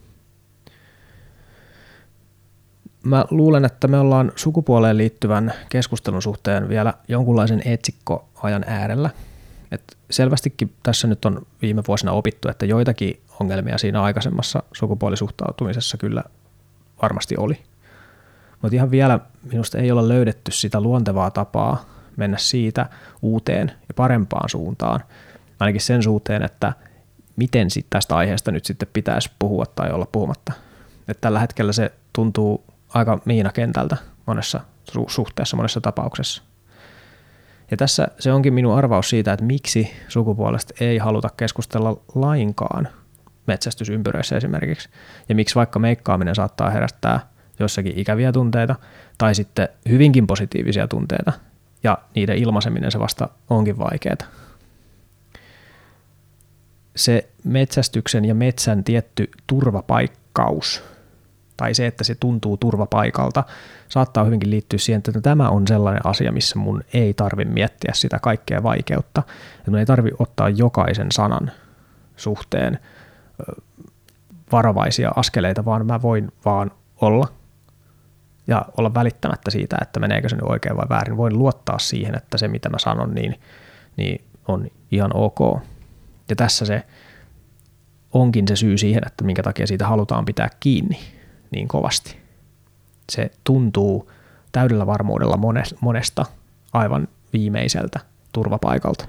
Mä luulen, että me ollaan sukupuoleen liittyvän keskustelun suhteen vielä jonkunlaisen etsikkoajan äärellä. Et selvästikin tässä nyt on viime vuosina opittu, että joitakin ongelmia siinä aikaisemmassa sukupuolisuhtautumisessa kyllä varmasti oli. Mutta ihan vielä minusta ei olla löydetty sitä luontevaa tapaa mennä siitä uuteen ja parempaan suuntaan. Ainakin sen suhteen, että miten sit tästä aiheesta nyt sitten pitäisi puhua tai olla puhumatta. Et tällä hetkellä se tuntuu aika miinakentältä monessa suhteessa, monessa tapauksessa. Ja tässä se onkin minun arvaus siitä, että miksi sukupuolesta ei haluta keskustella lainkaan metsästysympyröissä esimerkiksi. Ja miksi vaikka meikkaaminen saattaa herättää jossakin ikäviä tunteita tai sitten hyvinkin positiivisia tunteita. Ja niiden ilmaiseminen se vasta onkin vaikeaa. Se metsästyksen ja metsän tietty turvapaikkaus tai se, että se tuntuu turvapaikalta, saattaa hyvinkin liittyä siihen, että tämä on sellainen asia, missä mun ei tarvitse miettiä sitä kaikkea vaikeutta. Että mun ei tarvitse ottaa jokaisen sanan suhteen varovaisia askeleita, vaan mä voin vaan olla ja olla välittämättä siitä, että meneekö se nyt oikein vai väärin. Voin luottaa siihen, että se mitä mä sanon, niin, niin on ihan ok. Ja tässä se onkin se syy siihen, että minkä takia siitä halutaan pitää kiinni niin kovasti. Se tuntuu täydellä varmuudella monesta aivan viimeiseltä turvapaikalta.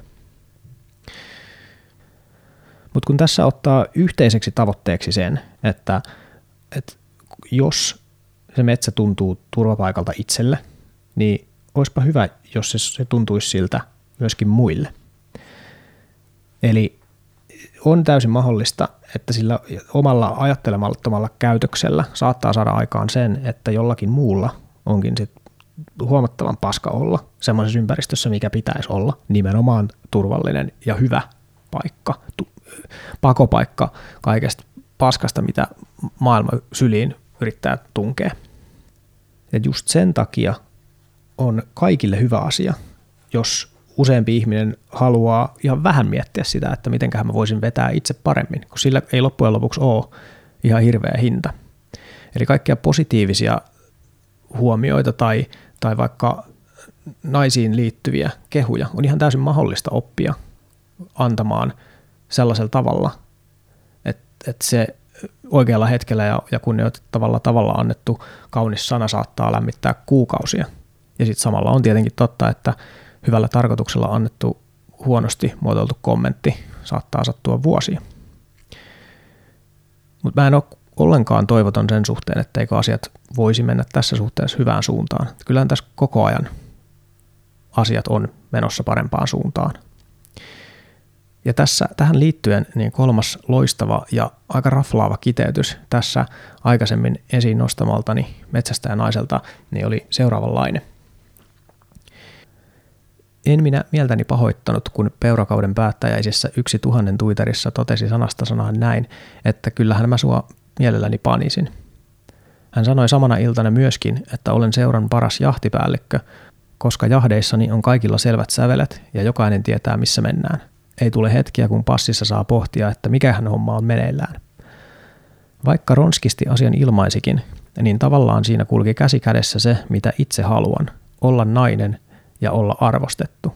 Mutta kun tässä ottaa yhteiseksi tavoitteeksi sen, että, että jos se metsä tuntuu turvapaikalta itselle, niin olisipa hyvä, jos se, se tuntuisi siltä myöskin muille. Eli on täysin mahdollista, että sillä omalla ajattelemattomalla käytöksellä saattaa saada aikaan sen, että jollakin muulla onkin sit huomattavan paska olla semmoisessa ympäristössä, mikä pitäisi olla nimenomaan turvallinen ja hyvä paikka, pakopaikka kaikesta paskasta, mitä maailma syliin yrittää tunkea. Ja just sen takia on kaikille hyvä asia, jos useampi ihminen haluaa ihan vähän miettiä sitä, että mitenköhän mä voisin vetää itse paremmin, kun sillä ei loppujen lopuksi ole ihan hirveä hinta. Eli kaikkia positiivisia huomioita tai, tai vaikka naisiin liittyviä kehuja on ihan täysin mahdollista oppia antamaan sellaisella tavalla, että, että se oikealla hetkellä ja, ja kunnioitettavalla tavalla annettu kaunis sana saattaa lämmittää kuukausia. Ja sitten samalla on tietenkin totta, että hyvällä tarkoituksella annettu huonosti muotoiltu kommentti saattaa sattua vuosia. Mutta mä en ole ollenkaan toivoton sen suhteen, etteikö asiat voisi mennä tässä suhteessa hyvään suuntaan. Kyllähän tässä koko ajan asiat on menossa parempaan suuntaan. Ja tässä, tähän liittyen niin kolmas loistava ja aika raflaava kiteytys tässä aikaisemmin esiin nostamaltani metsästäjänaiselta niin oli seuraavanlainen. En minä mieltäni pahoittanut, kun peurakauden päättäjäisessä yksi tuhannen tuiterissa totesi sanasta sanaan näin, että kyllähän mä sua mielelläni panisin. Hän sanoi samana iltana myöskin, että olen seuran paras jahtipäällikkö, koska jahdeissani on kaikilla selvät sävelet ja jokainen tietää missä mennään. Ei tule hetkiä, kun passissa saa pohtia, että mikähän homma on meneillään. Vaikka ronskisti asian ilmaisikin, niin tavallaan siinä kulki käsi kädessä se, mitä itse haluan, olla nainen ja olla arvostettu.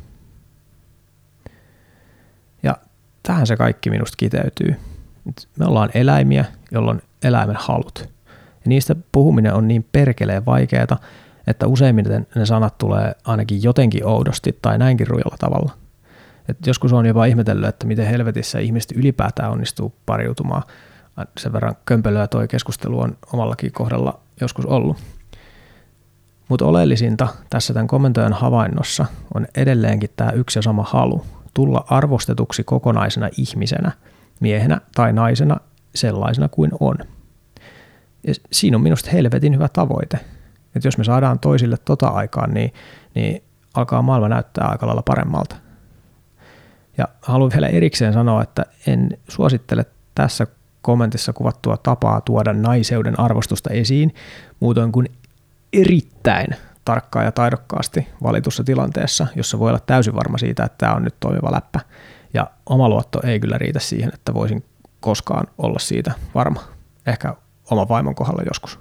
Ja tähän se kaikki minusta kiteytyy. Me ollaan eläimiä, jolla on eläimen halut. Ja niistä puhuminen on niin perkeleen vaikeaa, että useimmiten ne sanat tulee ainakin jotenkin oudosti tai näinkin rujalla tavalla. Et joskus on jopa ihmetellyt, että miten helvetissä ihmiset ylipäätään onnistuu pariutumaan. Sen verran kömpelöä toi keskustelu on omallakin kohdalla joskus ollut. Mutta oleellisinta tässä tämän kommentoijan havainnossa on edelleenkin tämä yksi ja sama halu tulla arvostetuksi kokonaisena ihmisenä, miehenä tai naisena sellaisena kuin on. Ja siinä on minusta helvetin hyvä tavoite. Että jos me saadaan toisille tota aikaan, niin, niin alkaa maailma näyttää aika lailla paremmalta. Ja haluan vielä erikseen sanoa, että en suosittele tässä kommentissa kuvattua tapaa tuoda naiseuden arvostusta esiin muutoin kuin erittäin tarkkaan ja taidokkaasti valitussa tilanteessa, jossa voi olla täysin varma siitä, että tämä on nyt toimiva läppä. Ja oma luotto ei kyllä riitä siihen, että voisin koskaan olla siitä varma. Ehkä oma vaimon kohdalla joskus.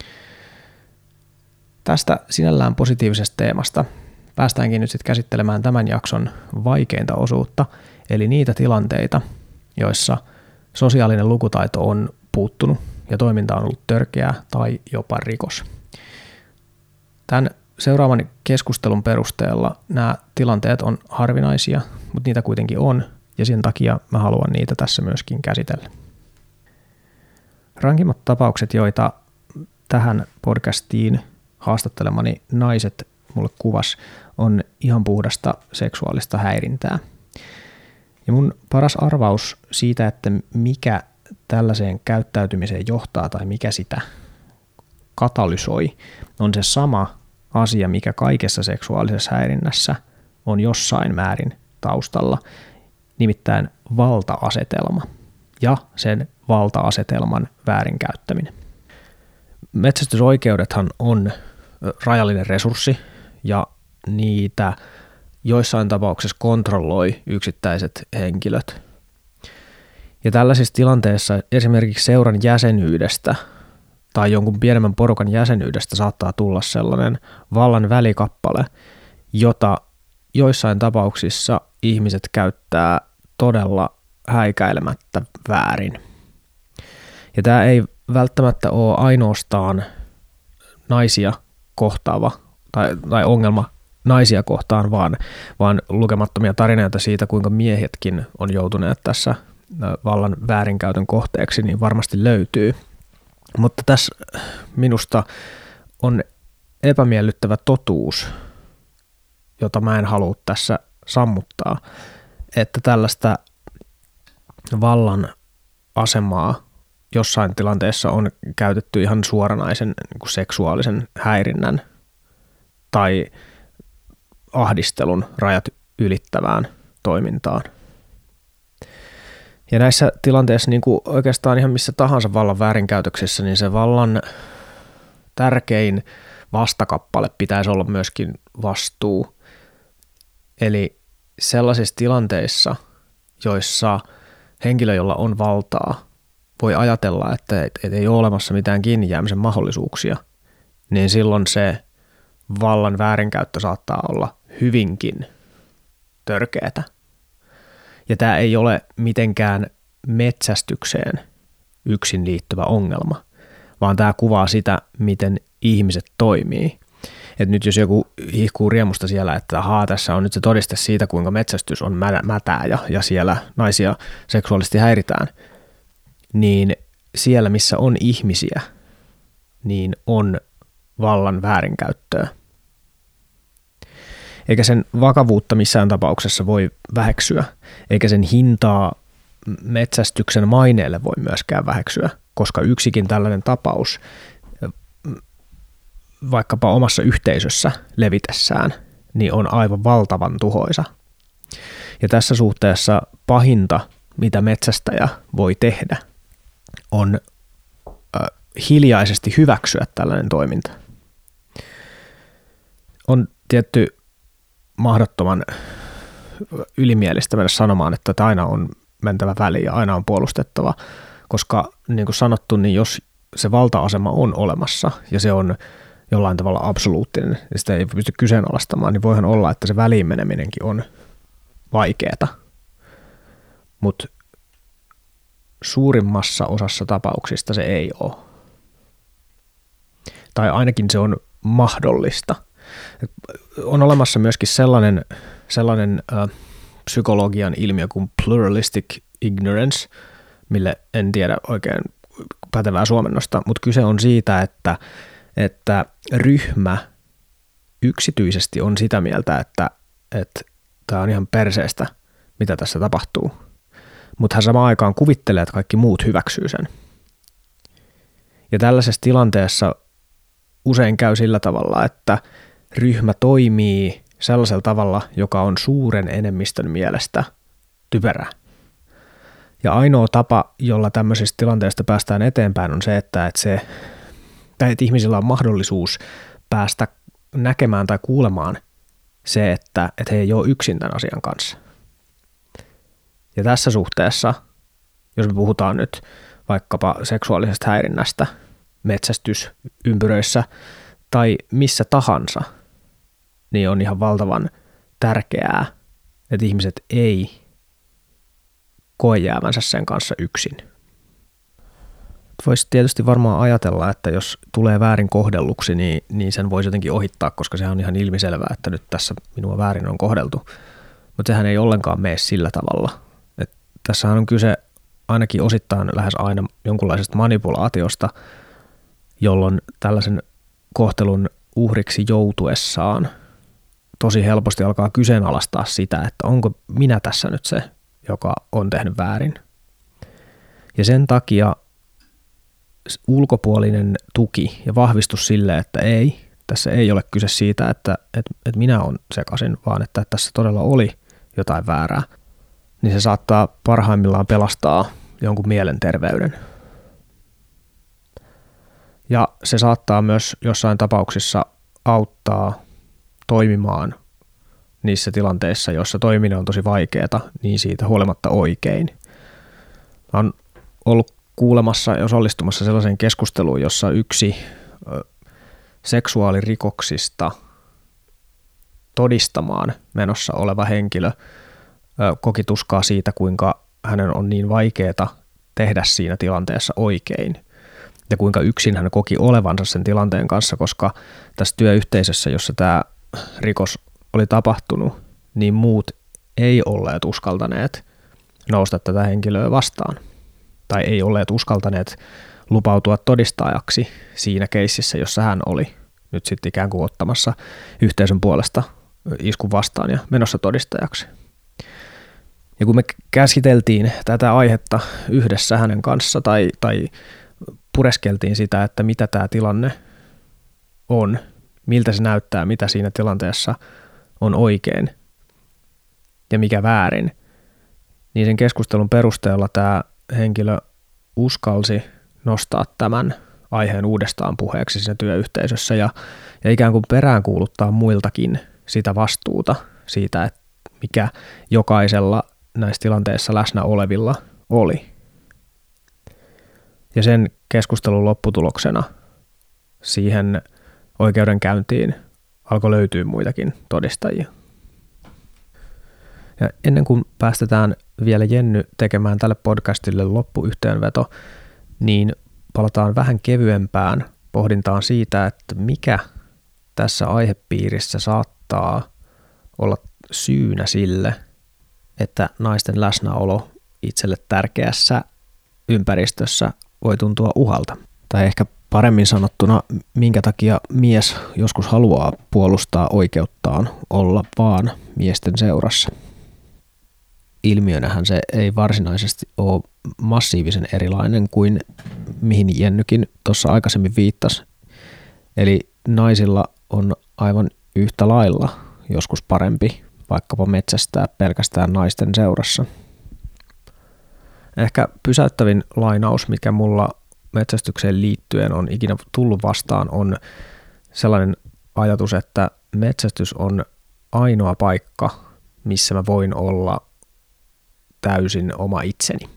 Tästä sinällään positiivisesta teemasta päästäänkin nyt sitten käsittelemään tämän jakson vaikeinta osuutta, eli niitä tilanteita, joissa sosiaalinen lukutaito on puuttunut ja toiminta on ollut törkeää tai jopa rikos. Tämän seuraavan keskustelun perusteella nämä tilanteet on harvinaisia, mutta niitä kuitenkin on, ja sen takia mä haluan niitä tässä myöskin käsitellä. Rankimmat tapaukset, joita tähän podcastiin haastattelemani naiset mulle kuvas, on ihan puhdasta seksuaalista häirintää. Ja mun paras arvaus siitä, että mikä tällaiseen käyttäytymiseen johtaa tai mikä sitä katalysoi, on se sama asia, mikä kaikessa seksuaalisessa häirinnässä on jossain määrin taustalla, nimittäin valta-asetelma ja sen valta-asetelman väärinkäyttäminen. Metsästysoikeudethan on rajallinen resurssi ja niitä joissain tapauksissa kontrolloi yksittäiset henkilöt. Ja tällaisissa tilanteissa esimerkiksi seuran jäsenyydestä tai jonkun pienemmän porukan jäsenyydestä saattaa tulla sellainen vallan välikappale, jota joissain tapauksissa ihmiset käyttää todella häikäilemättä väärin. Ja tämä ei välttämättä ole ainoastaan naisia kohtaava tai, tai ongelma naisia kohtaan, vaan, vaan lukemattomia tarinoita siitä, kuinka miehetkin on joutuneet tässä vallan väärinkäytön kohteeksi, niin varmasti löytyy. Mutta tässä minusta on epämiellyttävä totuus, jota mä en halua tässä sammuttaa, että tällaista vallan asemaa jossain tilanteessa on käytetty ihan suoranaisen niin kuin seksuaalisen häirinnän tai ahdistelun rajat ylittävään toimintaan. Ja näissä tilanteissa niin kuin oikeastaan ihan missä tahansa vallan väärinkäytöksessä, niin se vallan tärkein vastakappale pitäisi olla myöskin vastuu. Eli sellaisissa tilanteissa, joissa henkilö, jolla on valtaa, voi ajatella, että ei ole olemassa mitään kiinni jäämisen mahdollisuuksia, niin silloin se vallan väärinkäyttö saattaa olla hyvinkin törkeätä. Ja tämä ei ole mitenkään metsästykseen yksin liittyvä ongelma, vaan tämä kuvaa sitä, miten ihmiset toimii. Et nyt jos joku hihkuu riemusta siellä, että ahaa, tässä on nyt se todiste siitä, kuinka metsästys on mätää ja, ja siellä naisia seksuaalisesti häiritään, niin siellä, missä on ihmisiä, niin on vallan väärinkäyttöä. Eikä sen vakavuutta missään tapauksessa voi väheksyä, eikä sen hintaa metsästyksen maineelle voi myöskään väheksyä, koska yksikin tällainen tapaus vaikkapa omassa yhteisössä levitessään, niin on aivan valtavan tuhoisa. Ja tässä suhteessa pahinta, mitä metsästäjä voi tehdä, on äh, hiljaisesti hyväksyä tällainen toiminta. On tietty mahdottoman ylimielistä mennä sanomaan, että aina on mentävä väliin ja aina on puolustettava, koska niin kuin sanottu, niin jos se valta-asema on olemassa ja se on jollain tavalla absoluuttinen ja sitä ei pysty kyseenalaistamaan, niin voihan olla, että se väliin meneminenkin on vaikeeta. Mutta suurimmassa osassa tapauksista se ei ole. Tai ainakin se on mahdollista. On olemassa myöskin sellainen, sellainen äh, psykologian ilmiö kuin pluralistic ignorance, mille en tiedä oikein pätevää suomennosta, mutta kyse on siitä, että, että ryhmä yksityisesti on sitä mieltä, että, että tämä on ihan perseestä, mitä tässä tapahtuu. Mutta hän samaan aikaan kuvittelee, että kaikki muut hyväksyy sen. Ja tällaisessa tilanteessa usein käy sillä tavalla, että ryhmä toimii sellaisella tavalla, joka on suuren enemmistön mielestä typerä. Ja ainoa tapa, jolla tämmöisistä tilanteista päästään eteenpäin, on se, että, että, se, että ihmisillä on mahdollisuus päästä näkemään tai kuulemaan se, että, että he ei ole yksin tämän asian kanssa. Ja tässä suhteessa, jos me puhutaan nyt vaikkapa seksuaalisesta häirinnästä metsästysympyröissä tai missä tahansa, niin on ihan valtavan tärkeää, että ihmiset ei koe jäävänsä sen kanssa yksin. Voisi tietysti varmaan ajatella, että jos tulee väärin kohdelluksi, niin, niin sen voisi jotenkin ohittaa, koska sehän on ihan ilmiselvää, että nyt tässä minua väärin on kohdeltu. Mutta sehän ei ollenkaan mene sillä tavalla. Et tässähän on kyse ainakin osittain lähes aina jonkunlaisesta manipulaatiosta, jolloin tällaisen kohtelun uhriksi joutuessaan tosi helposti alkaa kyseenalaistaa sitä, että onko minä tässä nyt se, joka on tehnyt väärin. Ja sen takia ulkopuolinen tuki ja vahvistus sille, että ei, tässä ei ole kyse siitä, että, että, että minä olen sekaisin, vaan että tässä todella oli jotain väärää, niin se saattaa parhaimmillaan pelastaa jonkun mielenterveyden. Ja se saattaa myös jossain tapauksissa auttaa toimimaan niissä tilanteissa, joissa toiminen on tosi vaikeaa, niin siitä huolimatta oikein. Mä oon ollut kuulemassa ja osallistumassa sellaiseen keskusteluun, jossa yksi ö, seksuaalirikoksista todistamaan menossa oleva henkilö ö, koki tuskaa siitä, kuinka hänen on niin vaikeaa tehdä siinä tilanteessa oikein. Ja kuinka yksin hän koki olevansa sen tilanteen kanssa, koska tässä työyhteisössä, jossa tämä rikos oli tapahtunut, niin muut ei olleet uskaltaneet nousta tätä henkilöä vastaan. Tai ei olleet uskaltaneet lupautua todistajaksi siinä keississä, jossa hän oli nyt sitten ikään kuin ottamassa yhteisön puolesta iskun vastaan ja menossa todistajaksi. Ja kun me käsiteltiin tätä aihetta yhdessä hänen kanssa tai, tai pureskeltiin sitä, että mitä tämä tilanne on, miltä se näyttää, mitä siinä tilanteessa on oikein ja mikä väärin, niin sen keskustelun perusteella tämä henkilö uskalsi nostaa tämän aiheen uudestaan puheeksi siinä työyhteisössä ja, ja ikään kuin peräänkuuluttaa muiltakin sitä vastuuta siitä, että mikä jokaisella näissä tilanteissa läsnä olevilla oli. Ja sen keskustelun lopputuloksena siihen oikeudenkäyntiin alkoi löytyä muitakin todistajia. Ja ennen kuin päästetään vielä Jenny tekemään tälle podcastille loppuyhteenveto, niin palataan vähän kevyempään pohdintaan siitä, että mikä tässä aihepiirissä saattaa olla syynä sille, että naisten läsnäolo itselle tärkeässä ympäristössä voi tuntua uhalta. Tai ehkä paremmin sanottuna, minkä takia mies joskus haluaa puolustaa oikeuttaan olla vaan miesten seurassa. Ilmiönähän se ei varsinaisesti ole massiivisen erilainen kuin mihin Jennykin tuossa aikaisemmin viittasi. Eli naisilla on aivan yhtä lailla joskus parempi vaikkapa metsästää pelkästään naisten seurassa. Ehkä pysäyttävin lainaus, mikä mulla metsästykseen liittyen on ikinä tullut vastaan, on sellainen ajatus, että metsästys on ainoa paikka, missä mä voin olla täysin oma itseni.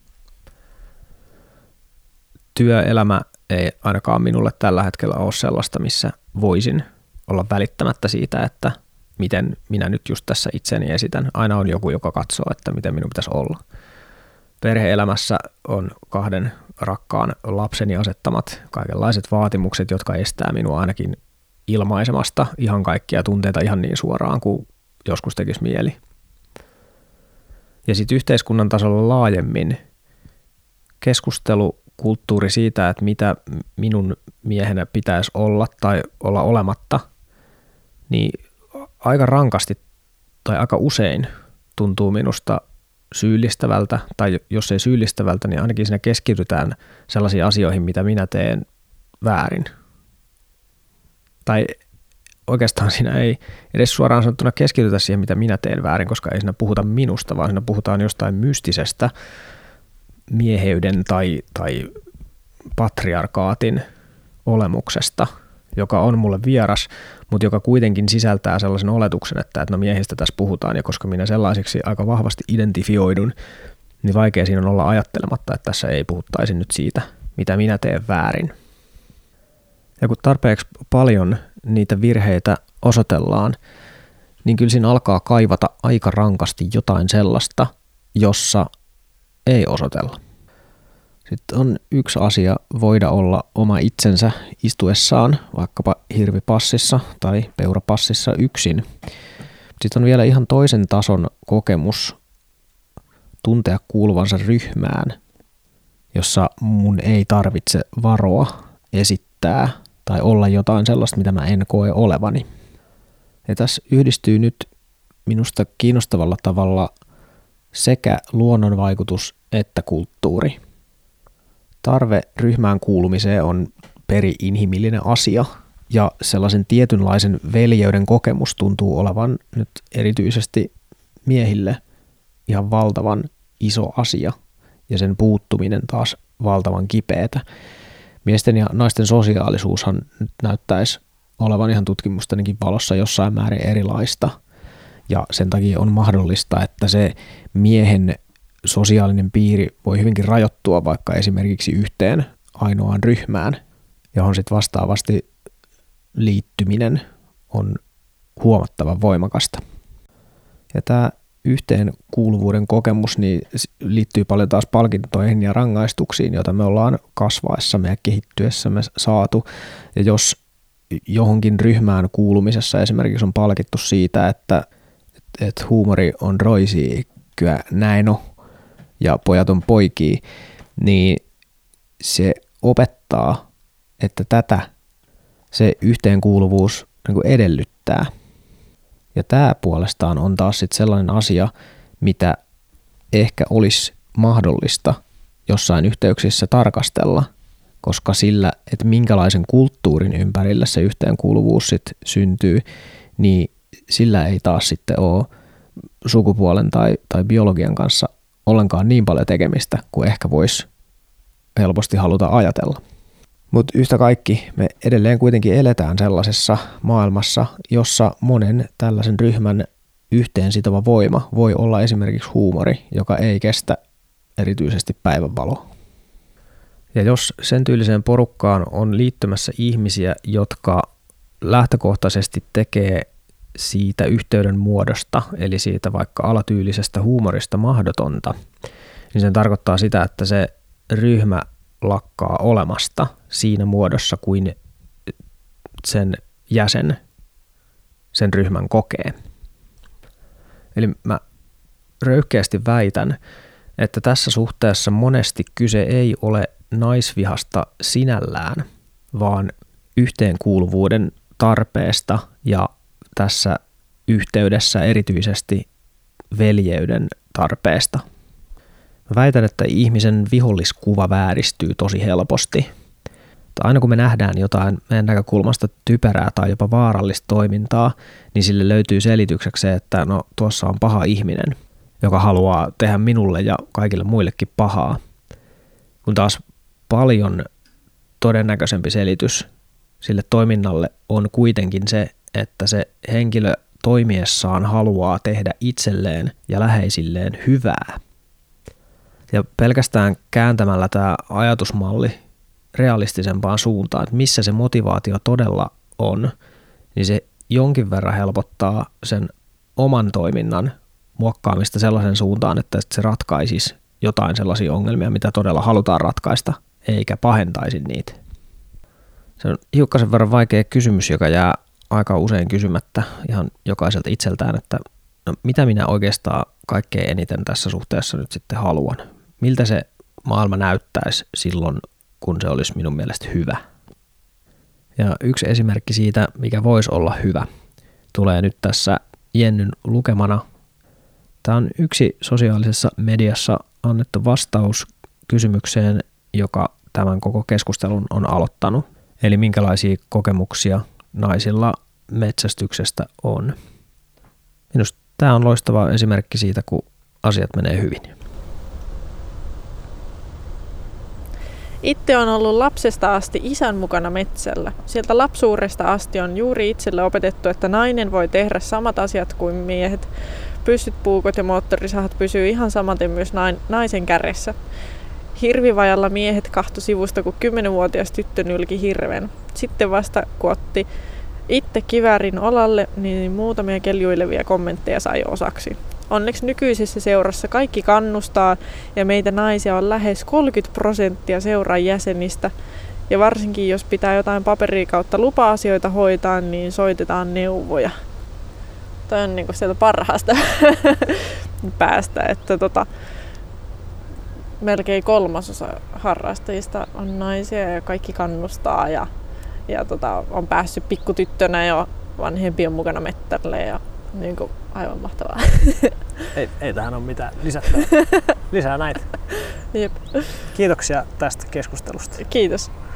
Työelämä ei ainakaan minulle tällä hetkellä ole sellaista, missä voisin olla välittämättä siitä, että miten minä nyt just tässä itseni esitän. Aina on joku, joka katsoo, että miten minun pitäisi olla. Perhe-elämässä on kahden rakkaan lapseni asettamat kaikenlaiset vaatimukset, jotka estää minua ainakin ilmaisemasta ihan kaikkia tunteita ihan niin suoraan kuin joskus tekisi mieli. Ja sitten yhteiskunnan tasolla laajemmin keskustelukulttuuri siitä, että mitä minun miehenä pitäisi olla tai olla olematta, niin aika rankasti tai aika usein tuntuu minusta syyllistävältä, tai jos ei syyllistävältä, niin ainakin siinä keskitytään sellaisiin asioihin, mitä minä teen väärin. Tai oikeastaan siinä ei edes suoraan sanottuna keskitytä siihen, mitä minä teen väärin, koska ei siinä puhuta minusta, vaan siinä puhutaan jostain mystisestä mieheyden tai, tai patriarkaatin olemuksesta, joka on mulle vieras, mutta joka kuitenkin sisältää sellaisen oletuksen, että, että no miehistä tässä puhutaan, ja koska minä sellaisiksi aika vahvasti identifioidun, niin vaikea siinä on olla ajattelematta, että tässä ei puhuttaisi nyt siitä, mitä minä teen väärin. Ja kun tarpeeksi paljon niitä virheitä osoitellaan, niin kyllä siinä alkaa kaivata aika rankasti jotain sellaista, jossa ei osoitella. Sitten on yksi asia voida olla oma itsensä istuessaan vaikkapa hirvipassissa tai peurapassissa yksin. Sitten on vielä ihan toisen tason kokemus tuntea kuuluvansa ryhmään, jossa mun ei tarvitse varoa, esittää tai olla jotain sellaista, mitä mä en koe olevani. Ja tässä yhdistyy nyt minusta kiinnostavalla tavalla sekä luonnonvaikutus että kulttuuri. Tarve ryhmään kuulumiseen on peri-inhimillinen asia, ja sellaisen tietynlaisen veljeyden kokemus tuntuu olevan nyt erityisesti miehille ihan valtavan iso asia, ja sen puuttuminen taas valtavan kipeätä. Miesten ja naisten sosiaalisuushan nyt näyttäisi olevan ihan tutkimustenkin valossa jossain määrin erilaista, ja sen takia on mahdollista, että se miehen sosiaalinen piiri voi hyvinkin rajoittua vaikka esimerkiksi yhteen ainoaan ryhmään, johon sitten vastaavasti liittyminen on huomattavan voimakasta. Ja tämä yhteenkuuluvuuden kokemus niin liittyy paljon taas palkintoihin ja rangaistuksiin, joita me ollaan kasvaessamme ja kehittyessämme saatu. Ja jos johonkin ryhmään kuulumisessa esimerkiksi on palkittu siitä, että, että huumori on roisiikkyä, näin on, ja pojat on poikia, niin se opettaa, että tätä se yhteenkuuluvuus niin kuin edellyttää. Ja tämä puolestaan on taas sit sellainen asia, mitä ehkä olisi mahdollista jossain yhteyksissä tarkastella, koska sillä, että minkälaisen kulttuurin ympärillä se yhteenkuuluvuus sit syntyy, niin sillä ei taas sitten ole sukupuolen tai, tai biologian kanssa ollenkaan niin paljon tekemistä kuin ehkä voisi helposti haluta ajatella. Mutta yhtä kaikki me edelleen kuitenkin eletään sellaisessa maailmassa, jossa monen tällaisen ryhmän yhteensitova voima voi olla esimerkiksi huumori, joka ei kestä erityisesti päivänvaloa. Ja jos sen tyyliseen porukkaan on liittymässä ihmisiä, jotka lähtökohtaisesti tekee siitä yhteyden muodosta, eli siitä vaikka alatyylisestä huumorista mahdotonta, niin se tarkoittaa sitä, että se ryhmä lakkaa olemasta siinä muodossa kuin sen jäsen sen ryhmän kokee. Eli mä röyhkeästi väitän, että tässä suhteessa monesti kyse ei ole naisvihasta sinällään, vaan yhteenkuuluvuuden tarpeesta ja tässä yhteydessä erityisesti veljeyden tarpeesta. Mä väitän, että ihmisen viholliskuva vääristyy tosi helposti. Aina kun me nähdään jotain meidän näkökulmasta typerää tai jopa vaarallista toimintaa, niin sille löytyy selitykseksi se, että no tuossa on paha ihminen, joka haluaa tehdä minulle ja kaikille muillekin pahaa. Kun taas paljon todennäköisempi selitys sille toiminnalle on kuitenkin se, että se henkilö toimiessaan haluaa tehdä itselleen ja läheisilleen hyvää. Ja pelkästään kääntämällä tämä ajatusmalli realistisempaan suuntaan, että missä se motivaatio todella on, niin se jonkin verran helpottaa sen oman toiminnan muokkaamista sellaisen suuntaan, että se ratkaisisi jotain sellaisia ongelmia, mitä todella halutaan ratkaista, eikä pahentaisi niitä. Se on hiukkasen verran vaikea kysymys, joka jää aika usein kysymättä ihan jokaiselta itseltään, että no, mitä minä oikeastaan kaikkein eniten tässä suhteessa nyt sitten haluan. Miltä se maailma näyttäisi silloin, kun se olisi minun mielestä hyvä. Ja yksi esimerkki siitä, mikä voisi olla hyvä, tulee nyt tässä Jennyn lukemana. Tämä on yksi sosiaalisessa mediassa annettu vastaus kysymykseen, joka tämän koko keskustelun on aloittanut. Eli minkälaisia kokemuksia naisilla metsästyksestä on. Minusta tämä on loistava esimerkki siitä, kun asiat menee hyvin. Itse on ollut lapsesta asti isän mukana metsällä. Sieltä lapsuudesta asti on juuri itselle opetettu, että nainen voi tehdä samat asiat kuin miehet. Pyssyt, puukot ja moottorisahat pysyy ihan samaten myös naisen kädessä. Hirvivajalla miehet kahto sivusta, kun kymmenvuotias tyttö nylki hirven. Sitten vasta kun otti itse kiväärin olalle, niin muutamia keljuilevia kommentteja sai osaksi. Onneksi nykyisessä seurassa kaikki kannustaa ja meitä naisia on lähes kolmekymmentä prosenttia seuran jäsenistä. Ja varsinkin jos pitää jotain paperia kautta lupa-asioita hoitaa, niin soitetaan neuvoja. Toi on niinku sieltä parhaasta päästä, että tota, melkein kolmasosa harrastajista on naisia ja kaikki kannustaa ja, ja tota, on päässyt pikkutyttönä jo vanhempien mukana mettälle ja niin kuin, aivan mahtavaa. Ei, ei tähän ole mitään lisättävää. Lisää näitä. Jep. Kiitoksia tästä keskustelusta. Kiitos.